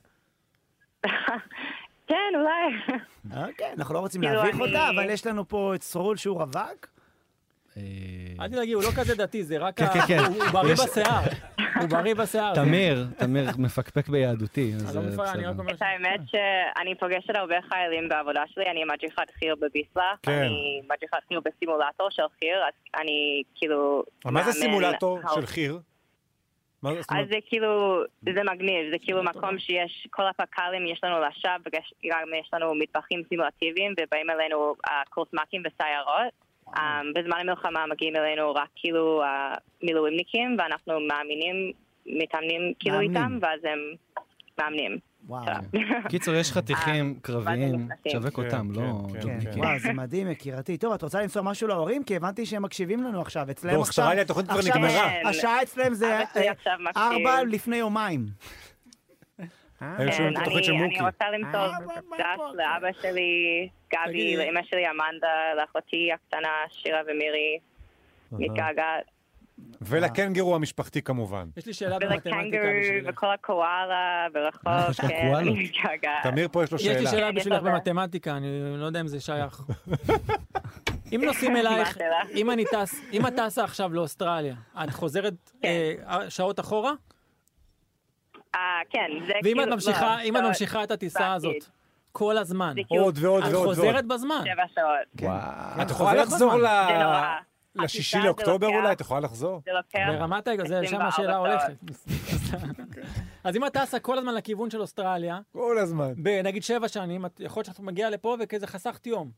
כן, אולי. אוקיי, אנחנו לא רוצים להביך אותה, אבל יש לנו פה את סרול שהוא רווק. אל תדאגי, הוא לא כזה דתי, זה רק... הוא בריא בשיער. הוא בריא בשיער. תמיר מפקפק ביהדותי. את האמת שאני פוגשת הרבה חיילים בעבודה שלי, אני מדריכת חיר בביסלח, אני מדריכת חיר בסימולטור של חיר, אז אני כאילו... מה זה סימולטור של חיר? אז זה כאילו, זה מגניב, זה כאילו מקום שיש, כל הפקלים יש לנו לשווא, וגם יש לנו מטבחים סימולטיביים, ובאים אלינו קורסמקים וסיירות. בזמן המלחמה מגיעים אלינו רק כאילו המילואימניקים, ואנחנו מתאמנים כאילו איתם, ואז הם מאמנים. קיצור, יש חתיכים קרביים, שווק אותם, לא... וואו, זה מדהים, יקירתי. טוב, את רוצה למסור משהו להורים? כי הבנתי שהם מקשיבים לנו עכשיו. באוסטרליה התוכנית כבר נגמרה. השעה אצלם זה 4 לפני יומיים. אני רוצה למסור דש לאבא שלי, גבי, לאמא שלי אמנדה, לאחותי הקטנה שירה ומירי, מתגעגעת. ולקנגרו המשפחתי כמובן. יש לי שאלה במתמטיקה בשבילך. וכל הקואלה ברחוב, כן, אני מתגעגעת. תמיר פה יש לו שאלה. יש לי שאלה בשבילך במתמטיקה, אני לא יודע אם זה שייך. אם נוסעים אלייך, אם את טסה עכשיו לאוסטרליה, את חוזרת שעות אחורה? כן, זה ואם את ממשיכה את הטיסה הזאת כל הזמן, עוד ועוד את ועוד, חוזרת בזמן. 7 שעות. את יכולה לחזור ל6 לאוקטובר אולי? את יכולה לחזור? ברמת האגו, זה שם השאלה הולכת. אז אם את טסה כל הזמן לכיוון של אוסטרליה, כל הזמן. בנגיד 7 שנים, יכול להיות שאת מגיעה לפה וכזה חסכת יום.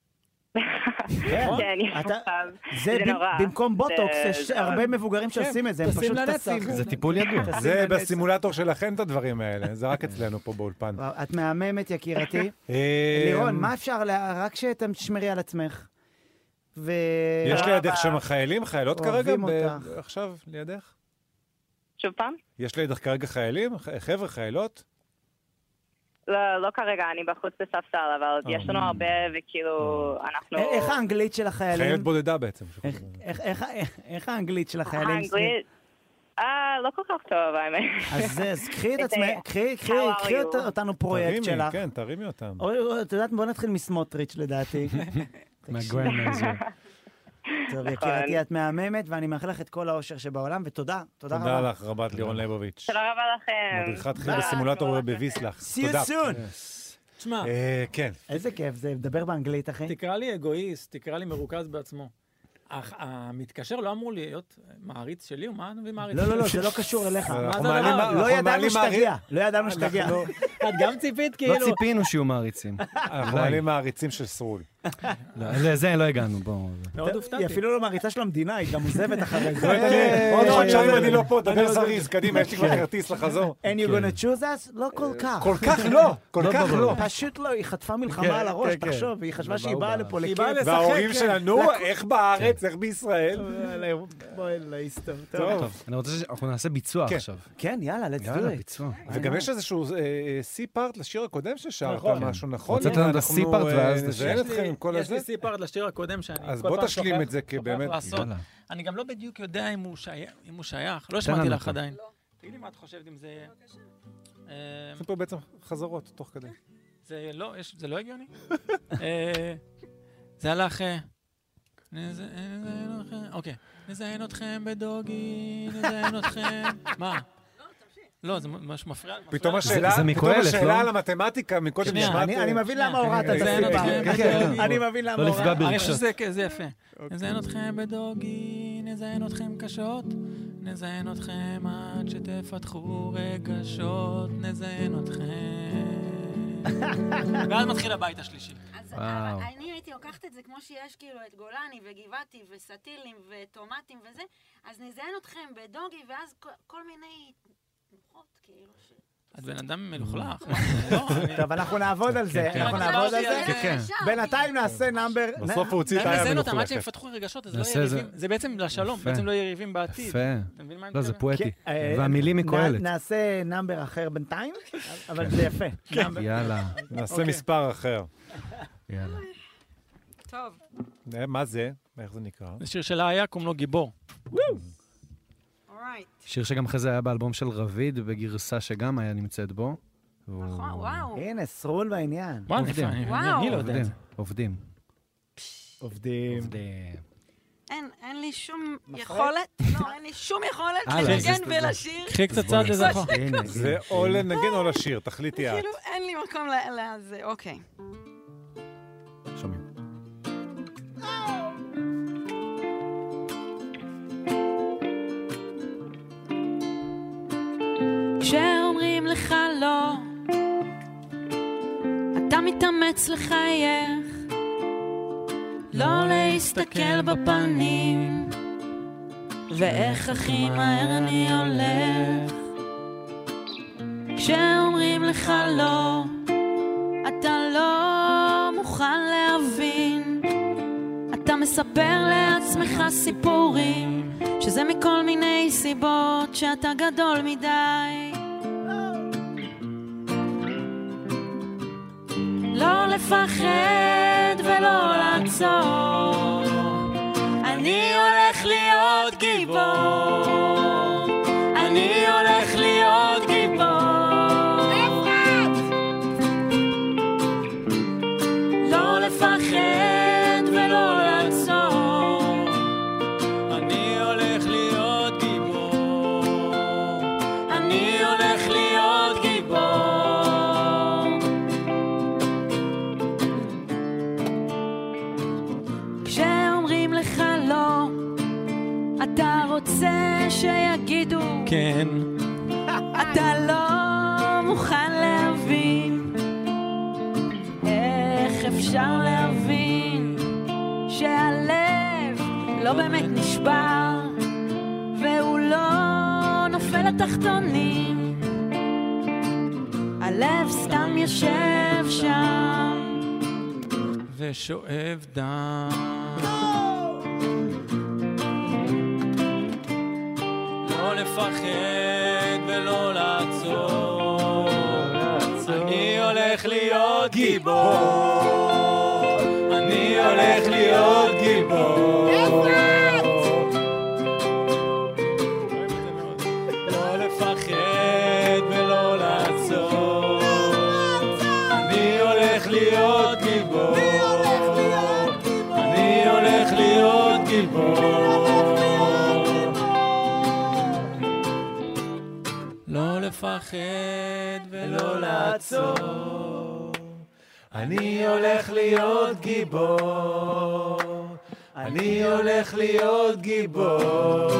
זה במקום בוטוקס, יש הרבה מבוגרים שעושים את זה, הם פשוט טסים. זה טיפול ידוע. זה בסימולטור שלכם את הדברים האלה, זה רק אצלנו פה באולפן. את מהממת יקירתי. לירון, מה אפשר, רק שתשמרי על עצמך. יש לידך שם חיילים, חיילות כרגע? עכשיו לידך? שוב פעם? יש לידך כרגע חיילים? חבר'ה, חיילות? לא כרגע, אני בחוץ בספסל, אבל יש לנו הרבה וכאילו אנחנו... איך האנגלית של החיילים? חיילת בודדה בעצם. איך האנגלית של החיילים? האנגלית? לא כל כך טוב, האמת. אז קחי את עצמך, קחי אותנו פרויקט שלך. כן, תרימי אותם. את יודעת, בוא נתחיל מסמוטריץ' לדעתי. מהגרנדמייזר. טוב, יקירתי, את מהממת, ואני מאחל לך את כל האושר שבעולם, ותודה, תודה רבה. תודה לך, רבת לירון ליבוביץ'. תודה רבה לכם. מדריכת חיר בסימולטור בביסלח. See you soon. תשמע, כן. איזה כיף, זה מדבר באנגלית, אחי. תקרא לי אגואיסט, תקרא לי מרוכז בעצמו. המתקשר לא אמור להיות מעריץ שלי, או מה נביא מעריץ? לא, זה לא קשור אליך. לא ידענו שתגיע. את גם ציפית כאילו? לא ציפינו שיהיו מעריצים. אנחנו מעלים מעריצים של סרול. לזה לא הגענו, בואו. מאוד הופתעתי. היא אפילו לא מעריצה של המדינה, היא גם עוזבת אחרי זה. עוד חודשיים אני לא פה, דבר זריז, קדימה, יש לי כבר כרטיס לחזור. And you're gonna choose us? לא כל כך. כל כך לא, כל כך לא. פשוט לא, היא חטפה מלחמה על הראש, תחשוב, היא חשבה שהיא באה לפה לכיף. וההורים שלנו, איך בארץ אצלך בישראל. בואי להיסטור. טוב, אני רוצה שאנחנו נעשה ביצוע עכשיו. כן, יאללה, let's do it. ביצוע. וגם יש איזשהו C-פארט לשיר הקודם ששרת משהו, נכון? רוצה לתת את C-פארט ואז נזיין אתכם עם כל הזה? יש לי C-פארט לשיר הקודם שאני... אז בוא תשלים את זה כבאמת. אני גם לא בדיוק יודע אם הוא שייך. לא שמעתי לך עדיין. תגידי מה את חושבת אם זה... זה פה בעצם חזרות תוך כדי. זה לא הגיוני? זה הלך... אוקיי. נזיין אתכם בדוגי, נזיין אתכם... מה? לא, זה ממש מפריע. פתאום השאלה על המתמטיקה, מקודם נשמעתי... אני מבין למה הורדת את זה. אני מבין למה הורדת. אני חושב שזה יפה. נזיין אתכם בדוגי, נזיין אתכם קשות, נזיין אתכם עד שתפתחו רגשות, נזיין אתכם. ואז מתחיל הבית השלישי. אז אני הייתי לוקחת את זה כמו שיש כאילו את גולני וגבעתי וסטילים וטומטים וזה, אז נזיין אתכם בדוגי ואז כל מיני תנוחות כאילו ש... את בן אדם מלוכלך. טוב, אנחנו נעבוד על זה, אנחנו נעבוד על זה. בינתיים נעשה נאמבר... בסוף הוא הוציא את היה נזיין אותם עד שהם יפתחו רגשות, אז לא יריבים. זה בעצם לשלום, בעצם לא יריבים בעתיד. יפה. לא, זה פואטי. והמילים מקהלת. נעשה נאמבר אחר בינתיים, אבל זה יפה. יאללה. נעשה מספר אחר. יאללה. טוב. מה זה? איך זה נקרא? זה שיר שלה היה, קום לו גיבור. שיר שגם אחרי זה היה באלבום של רביד, בגרסה שגם היה נמצאת בו. נכון, וואו. הנה, סרול בעניין. אני לא יודע את זה. עובדים. אין לי שום יכולת, לא, אין לי שום יכולת לנגן ולשיר. קחי קצת צד לזכו. זה או לנגן או לשיר, תחליטי את. כאילו, אין לי מקום לזה, אוקיי. שומעים. כשאומרים לך לא, אתה מתאמץ לחייך, לא להסתכל בפנים, ואיך הכי מהר אני הולך. כשאומרים לך לא, אתה לא מוכן להבין, אתה מספר לעצמך סיפורים, שזה מכל מיני סיבות שאתה גדול מדי. לא לפחד ולא לעצור, אני הולך להיות גיבור, אני הולך להיות גיבור. לא לפחד ולא לעצור, אני הולך להיות גיבור, אני הולך להיות גיבור. כשאומרים לך לא, אתה רוצה שיגידו כן, אתה לא מוכן להבין, איך אפשר להבין שהלב לא באמת נשבר והוא לא נופל לתחתונים, הלב סתם יושב שם ושואב דם. לא לפחד ולא לעצור, אני הולך להיות גיבור, אני הולך להיות גיבור. לא לפחד ולא לעצור, אני הולך להיות גיבור, אני הולך להיות גיבור. לא לפחד ולא לעצור, אני הולך להיות גיבור, אני הולך להיות גיבור.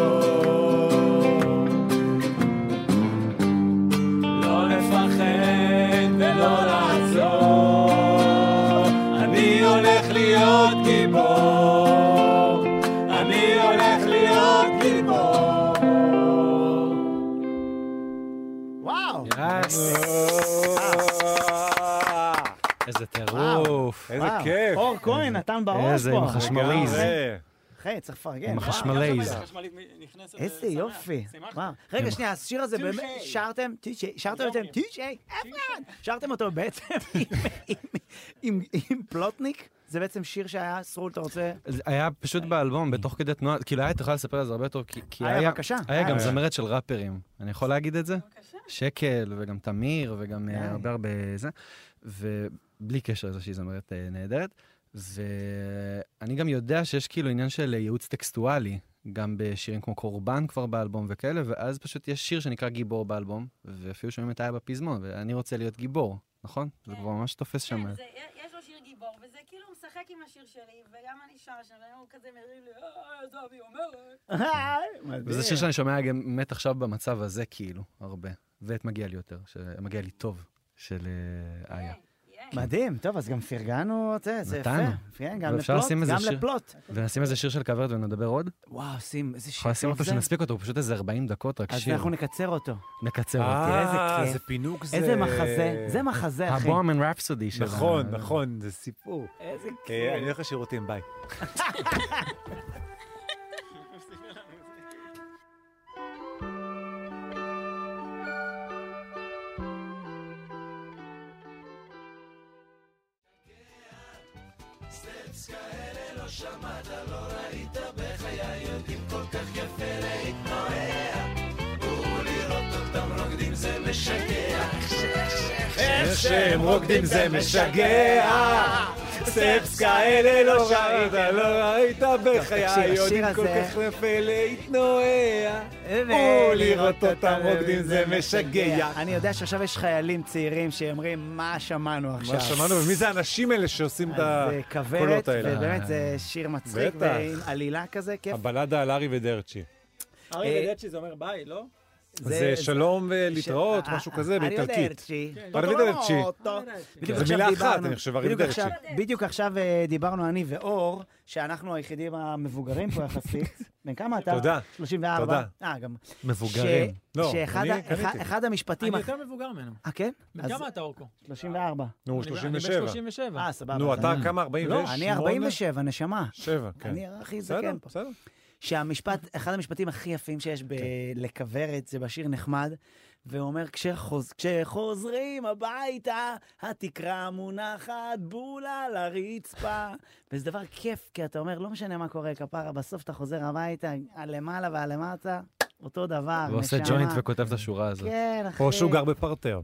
לא לפחד ולא לעצור, אני הולך להיות גיבור, אני הולך להיות גיבור. וואו! איזה טירוף. איזה כיף. אור כהן נתן בראש פה. איזה עם החשמלי. אחי, צריך לפרגן. עם החשמלייז. איזה יופי. רגע, שנייה, השיר הזה באמת, שרתם אותו בעצם עם פלוטניק? זה בעצם שיר שהיה, סרול, אתה רוצה? היה פשוט באלבום, בתוך כדי תנועה, כאילו היה תוכל לספר על זה הרבה טוב, כי היה גם זמרת של ראפרים. אני יכול להגיד את זה? שקל, וגם תמיר, וגם הרבה זה. ובלי קשר לזה שהיא זמרת נהדרת. ואני גם יודע שיש כאילו עניין של ייעוץ טקסטואלי, גם בשירים כמו קורבן כבר באלבום וכאלה, ואז פשוט יש שיר שנקרא גיבור באלבום, ואפילו שומעים את היה בפזמון, ואני רוצה להיות גיבור, נכון? זה כבר ממש תופס שם. יש לו שיר גיבור, וזה כאילו משחק עם השיר שלי, וגם אני שר שם, והוא כזה מרים לי, זהבי אומרת. וזה שיר שאני שומע באמת עכשיו במצב הזה כאילו, הרבה. ואת מגיע לי יותר, מגיע לי טוב, של איה. מדהים, טוב, אז גם פרגנו, זה יפה. גם לפלוט. ונשים איזה שיר של כוורת ונדבר עוד? וואו, שים, איזה שיר. יכול לשים אותו שנספיק אותו, פשוט איזה 40 דקות, רק שיר. אז אנחנו נקצר אותו. תראה איזה כיף. זה פינוק זה. איזה מחזה, זה מחזה, אחי. הבוהמן רפסודי שלנו. נכון, נכון, זה סיפור. איזה כיף. אני הולך לשירותים, ביי. שמעת, לא ראית בחיי, יודעים כל כך יפה להתנועע ולראות אותם רוקדים זה משגע איך שהם רוקדים זה משגע סטפס כאלה לא ראית בחיי, יודעים כל כך יפה להתנועע ולראות אותם רוקדים זה משגע. אני יודע שעכשיו יש חיילים צעירים שאומרים מה שמענו עכשיו. מה שמענו, ומי זה האנשים האלה שעושים את הקולות האלה? ובאמת זה שיר מצחיק ועם עלילה כזה, כיף. הבלדה על ארי ודרצ'י. ארי ודרצ'י זה אומר ביי, לא? זה שלום ולהתראות, משהו כזה, באיטלקית. ארי ודרצ'י. זה מילה אחת, אני חושב, ארי ודרצ'י. בדיוק עכשיו דיברנו אני ואור, שאנחנו היחידים המבוגרים פה יחסית. בן כמה אתה? תודה. 34. תודה. גם. מבוגרים. שאחד המשפטים... אני יותר מבוגר ממנו. כן? בן כמה אתה אורקו? 34. נו, 37. אני ב-37. סבבה. נו, אתה כמה? 48? לא, אני 47, נשמה. 7, כן. אני הכי זקן פה. בסדר. אחד המשפטים הכי יפים שיש בלכוורת, זה בשיר נחמד, והוא אומר, כשחוזרים הביתה, התקרה מונחת בולה לרצפה. וזה דבר כיף, כי אתה אומר, לא משנה מה קורה, כפרה, בסוף אתה חוזר הביתה, הלמעלה והלמטה, אותו דבר. ועושה ג'וינט וכותב את השורה הזאת. כן, אחי. או שהוא גר בפרטר.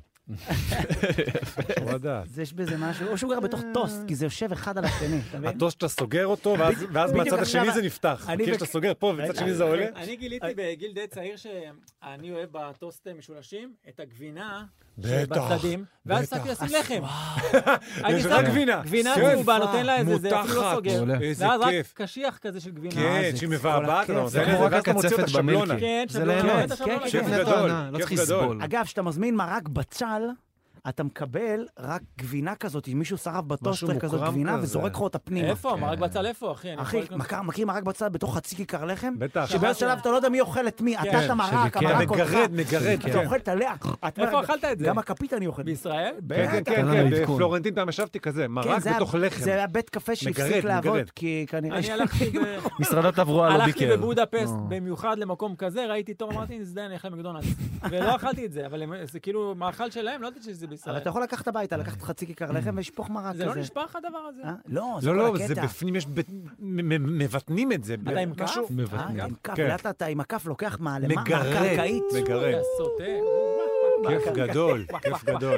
יש בזה משהו, או שהוא גר בתוך טוסט, כי זה יושב אחד על השני. הטוסט שאתה סוגר אותו, ואז מהצד השני זה נפתח. כי שאתה סוגר פה, ובצד שני זה עולה. אני גיליתי בגיל די צעיר שאני אוהב בטוסט משולשים את הגבינה בצדדים, ואז הפסקתי לשים לחם. יש רק גבינה. גבינה צהובה, נותן לה איזה, זה אפילו לא סוגר. איזה ואז רק כיף. קשיח כזה של גבינה. כן, שהיא מבעבעת, ואז אתה מוציא אותה שבלונה. כן, זה ליהנות. כיף גדול, כיף גדול. אגב, כשאתה מזמין מרק בצל, אתה מקבל רק גבינה כזאת, מישהו שרף בטוסטר כזאת גבינה וזורק לך אותה פנימה. איפה? מרק בצל איפה, אחי? אחי, מכיר מרק בצל בתוך חצי כיכר לחם? בטח. שבאיזה שלב אתה לא יודע מי אוכל את מי, אתה את המרק, המרק אותך. נגרד. אתה אוכל את עליה. איפה אכלת את זה? גם הכפית אני אוכל. בישראל? כן, בפלורנטין פעם ישבתי כזה, מרק בתוך לחם. זה היה בית קפה שהפסיק לעבוד, כי כנראה... אני הלכתי משרדות תברואה לא ביקר. הלכתי בבודפסט במיוחד למקום כזה, ראיתי תור, אמרתי, זה אני אוכל מקדונלדס. ולא אכלתי את זה, אבל זה כאילו מאכל שלהם, לא ידעתי שזה בישראל. אבל אתה יכול לקחת הביתה, לקחת חצי כיכר לחם ולשפוך מרק כזה. זה לא נשפך הדבר הזה? לא, זה כל הקטע. זה בפנים, יש מבטנים את זה. אתה עם כף? עם כף, לאט אתה עם הכף לוקח מהקרקעית. מגרד. כיף גדול, כיף גדול.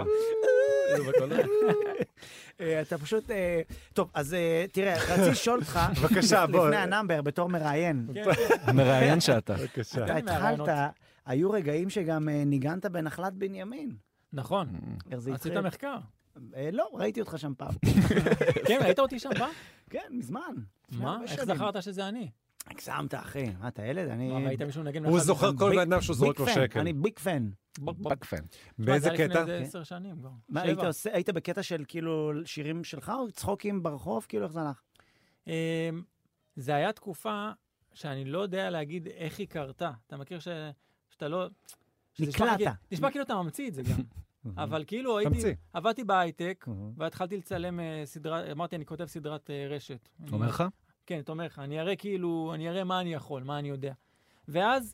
אתה פשוט... טוב, אז תראה, רציתי לשאול אותך, בבקשה, בוא. לפני הנאמבר, בתור מראיין. מראיין שאתה. אתה התחלת, היו רגעים שגם ניגנת בנחלת בנימין. נכון, עשית מחקר. לא, ראיתי אותך שם פעם. כן, ראית אותי שם פעם? כן, מזמן. מה? איך זכרת שזה אני? הגזמת, אחי. מה, אתה ילד? ראית מישהו נגן הוא זוכר כל בן אדם שהוא זורק לו שקל. אני ביג פן. ביג פן. באיזה קטע? זה 10 שנים כבר. מה, היית בקטע של כאילו שירים שלך או צחוקים ברחוב? כאילו איך זה הלך? זה היה תקופה שאני לא יודע להגיד איך היא קרתה. אתה מכיר שאתה לא... נקלעת. נשמע כאילו אתה ממציא את זה גם. אבל כאילו עבדתי בהייטק, והתחלתי לצלם סדרה, אמרתי, אני כותב סדרת רשת. אומר לך? כן, תומר לך, אני אראה מה אני יכול, מה אני יודע. ואז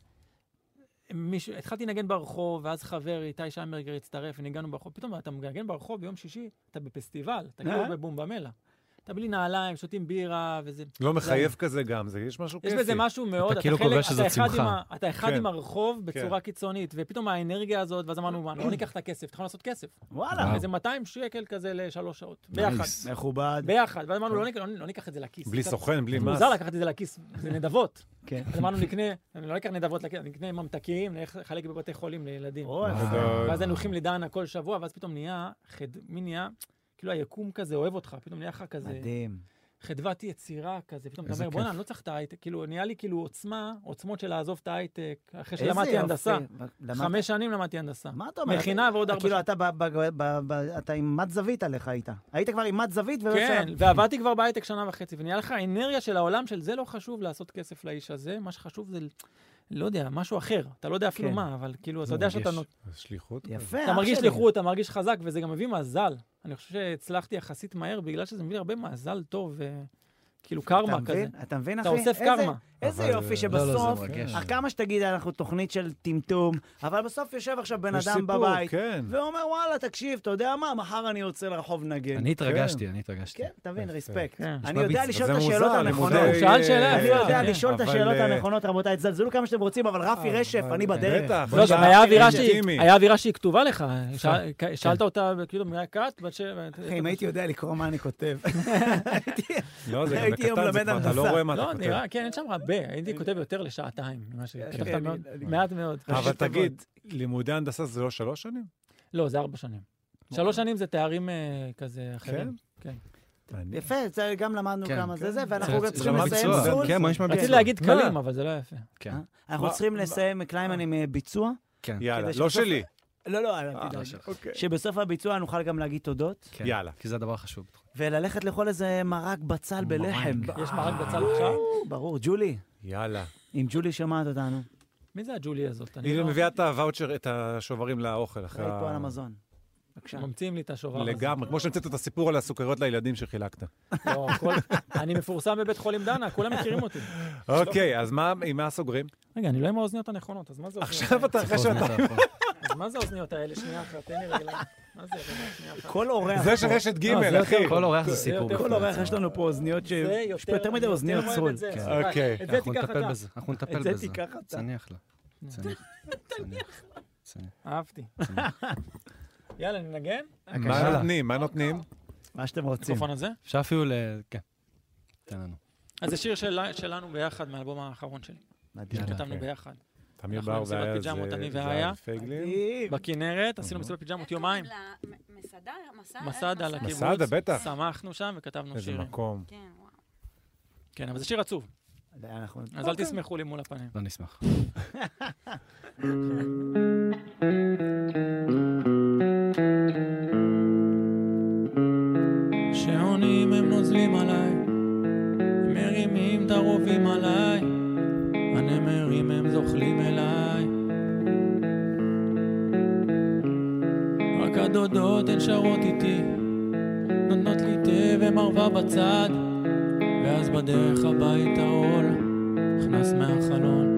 התחלתי לנגן ברחוב, ואז חבר איתי שיינברגר הצטרף, וניגענו ברחוב. פתאום אתה מנגן ברחוב ביום שישי, אתה בפסטיבל, אתה כאילו בבומבמלה. אתה בלי נעליים, שותים בירה, וזה... לא מחייב כזה גם, יש משהו כיפי. יש בזה משהו מאוד... אתה כאילו קובע שזאת שמחה. אתה אחד עם הרחוב בצורה קיצונית, ופתאום האנרגיה הזאת, ואז אמרנו, לא ניקח את הכסף, תכף לעשות כסף. וואלה. איזה 200 שקל כזה ל3 שעות. ביחד. מכובד. ביחד. ואז אמרנו, לא ניקח את זה לכיס. בלי סוכן, בלי מס. מוזר לקחת את זה לכיס, זה נדבות. אז אמרנו, אני לא אקח נדבות, נקנה ממתקים, נחלק בבתי חולים לילדים. ואז היינו הולכים לדנה כל שבוע, ואז פתאום נהיה, כאילו היקום כזה אוהב אותך, פתאום נהיה לך כזה... מדהים. חדוות יצירה כזה, פתאום אתה אומר, בוא'נה, אני לא צריך את ההייטק, כאילו, נהיה לי כאילו עוצמות של לעזוב את ההייטק, אחרי שלמדתי הנדסה. 5 שנים למדתי הנדסה. מה אתה אומר? מכינה ועוד 4 שנים. כאילו, אתה עם מת זווית עליך היית. היית כבר עם מת זווית כן, ועבדתי כבר בהייטק 1.5 שנה, ונהיה לך האנרגיה של העולם של זה לא חשוב לעשות כסף לאיש הזה, מה שחשוב זה... לא יודע, משהו אחר. אתה לא יודע אפילו מה, אבל כאילו, אתה יודע שאתה... שליחות. יפה. אתה מרגיש שליחות, אתה מרגיש חזק, וזה גם מביא מזל. אני חושב שהצלחתי יחסית מהר, בגלל שזה מביא הרבה מזל טוב, כאילו קרמה כזה. אתה מבין, אחי? אתה אוסף קרמה. איזה יופי שבסוף, כמה שתגיד, אנחנו תוכנית של טמטום, אבל בסוף יושב עכשיו בן אדם בבית, ואומר, וואלה, תקשיב, אתה יודע מה, מחר אני יוצא לרחוב נגן. אני התרגשתי. כן, תבין, רספקט. אני יודע לשאול את השאלות הנכונות. הוא שאל שאלה. אני יודע לשאול את השאלות הנכונות, רבותיי, תזלזלו כמה שאתם רוצים, אבל רפי רשף, אני בדרך. לא, גם היה אווירה שהיא כתובה לך. שאלת אותה, כאילו, מהקאט, אם הייתי יודע לקרוא מה אני כותב. לא, זה גם בקטן, אתה לא רואה מה אתה כותב. כן, אין שם הרבה. הייתי כותב יותר לשעתיים. מעט מאוד. אבל תגיד, לימודי הנדסה זה לא 3 שנים? לא, זה 4 שנים. 3 שנים זה תארים כזה אחרים. כן. יפה, גם למדנו כמה זה, ואנחנו גם צריכים לסיים סול. רציתי להגיד קלים, אבל זה לא יפה. אנחנו צריכים לסיים קליימן עם ביצוע. יאללה, לא שלי. לא, שבסוף הביצוע נוכל גם להגיד תודות. יאללה. כי זה הדבר החשוב. וללכת לאכול איזה מרק בצל בלחם. יש מרק בצל עכשיו? ברור, ג'ולי. יאללה. אם ג'ולי שומעת אותנו. מי זה הג'ולי הזאת? היא מביאה את הוואוצ'ר, את השוברים לאוכל. ראית פה על המזון. ממציאים לי את השובר הזה. לגמרי, כמו שהמצאת את הסיפור על הסוכריות לילדים שחילקת. לא, אני מפורסם בבית חולים דנה, כולם מכירים אותי. אוקיי, אז עם מה סוגרים? רגע, אני לא עם האוזניות הנכונות, אז מה זה אוזניות? עכשיו אתה אחרי שאתה... אז מה זה האוזניות האלה? שנייה אחת, תן לי רגע. מה זה? שנייה אחת. כל אורח... זה שרשת ג' אחי. כל אורח זה סיפור. כל אורח יש לנו פה אוזניות יש פה יותר מדי אוזניות צרול. אוקיי. אנחנו נטפל בזה. את זה תיקח אתה. צניח לה. אהבתי. יאללה, ננגן? מה נותנים? מה שאתם רוצים. המיקרופון הזה? אפשר אפילו כן. תן לנו. אז זה שיר שלנו ביחד מהאלבום האחרון שלי. שכתבנו ביחד. תמיר בר והיה זה פייגלין. בכנרת, עשינו מסיבת פיג'מות יומיים. מסעדה על הקיבוץ. מסעדה, בטח. שמחנו שם וכתבנו שירים. איזה מקום. כן, אבל זה שיר עצוב. אז אל תשמחו לי מול הפנים. לא נשמח. שעונים הם נוזלים עליי, הם מרימים את הרובים עליי, הנמרים הם זוחלים אליי, רק הדודות הן שרות איתי, נותנות לי תה ומרווה בצד, ואז בדרך הביתה עול נכנס מהחלון,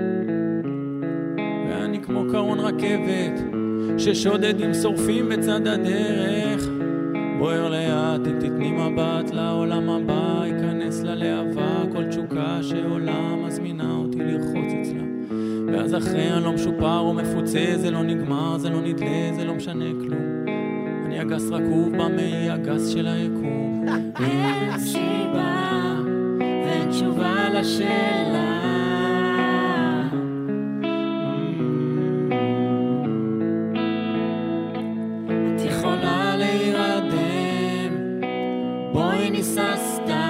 ואני כמו קרון רכבת ששודדים שורפים בצד הדרך, בוער לאט, תתני מבט לעולם הבא, ייכנס ללהבה כל תשוקה שעולה מזמינה אותי לרחוץ אצלה, ואז אחרי אני לא משופר או מפוצה, זה לא נגמר, זה לא נדלה, זה לא משנה כלום, אני הגס רקוב במאי הגס של היקום. אין סיבה ואין תשובה לשאלה, את יכולה להירדם, בואי ניסע סתם,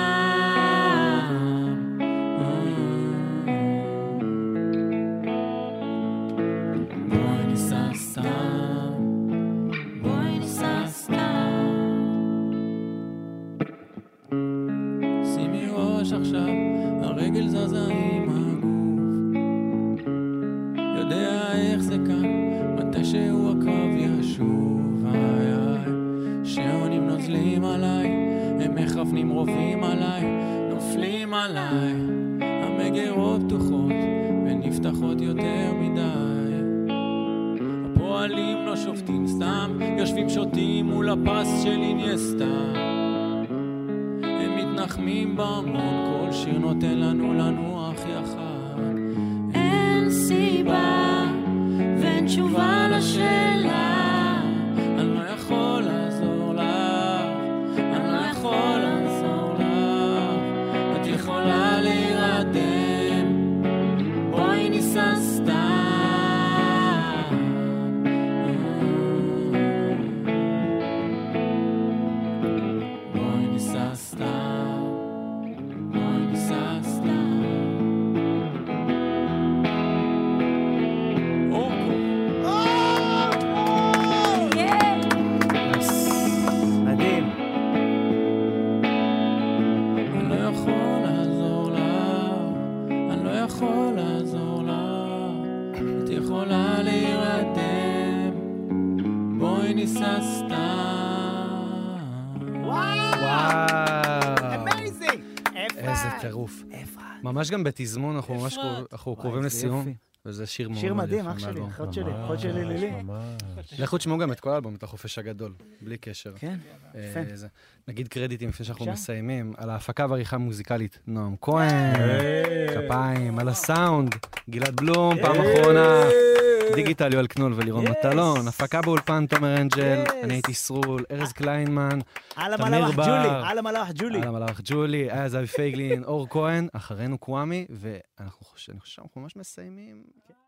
בואי ניסע סתם, בואי ניסע סתם. שימי ראש עכשיו, הרגל זזה עם הגוף, יודע איך זה כאן, מתי שהוא הקו ישוב, שעונים נוזלים עליי, הם מכוונים רובים עליי, נופלים עליי, המגירות פתוחות ונפתחות יותר מדי. הפועלים לא שופטים סתם, יושבים שותים מול הפס של אינייסטה. הם מתנחמים בהמון, כל שיר נותן לנו לנוח יחד. אין סיבה ואין תשובה לשאלה, אני לא יכול לעזור לך, אני לא יכול לעזור לך. את יכולה להירדם, בואי ניסע סתם. בואי ניסע סתם, בואי ניסע סתם. מדהים. אני לא יכול לעזור לך, אני לא יכול לעזור לך. את יכולה להירדם, בואי ניסע סתם. וואו. אמייזינג. איזה טירוף. ממש גם בתזמון, אנחנו ממש קרובים לסיום. וזה שיר מאוד שיר מדהים, יפה אח שלי, מהאלבום. אחות שלי לילי. לכו תשמעו גם את כל האלבום, את החופש הגדול, בלי קשר. כן, יפה. נגיד קרדיטים לפני שאנחנו מסיימים, על ההפקה והעריכה המוזיקלית, נועם כהן, כפיים, על הסאונד, גלעד בלום, פעם אחרונה, דיגיטל יואל קנול ולירון מטלון, הפקה באולפן תומר אנג'ל, אני הייתי סרול, ארז קליינמן, תמיר בר, על המלאך ג'ולי, אז אבי פייגלין, אור כהן, אחרינו קוואמי, ואני חושב שאנחנו ממש מסיימים.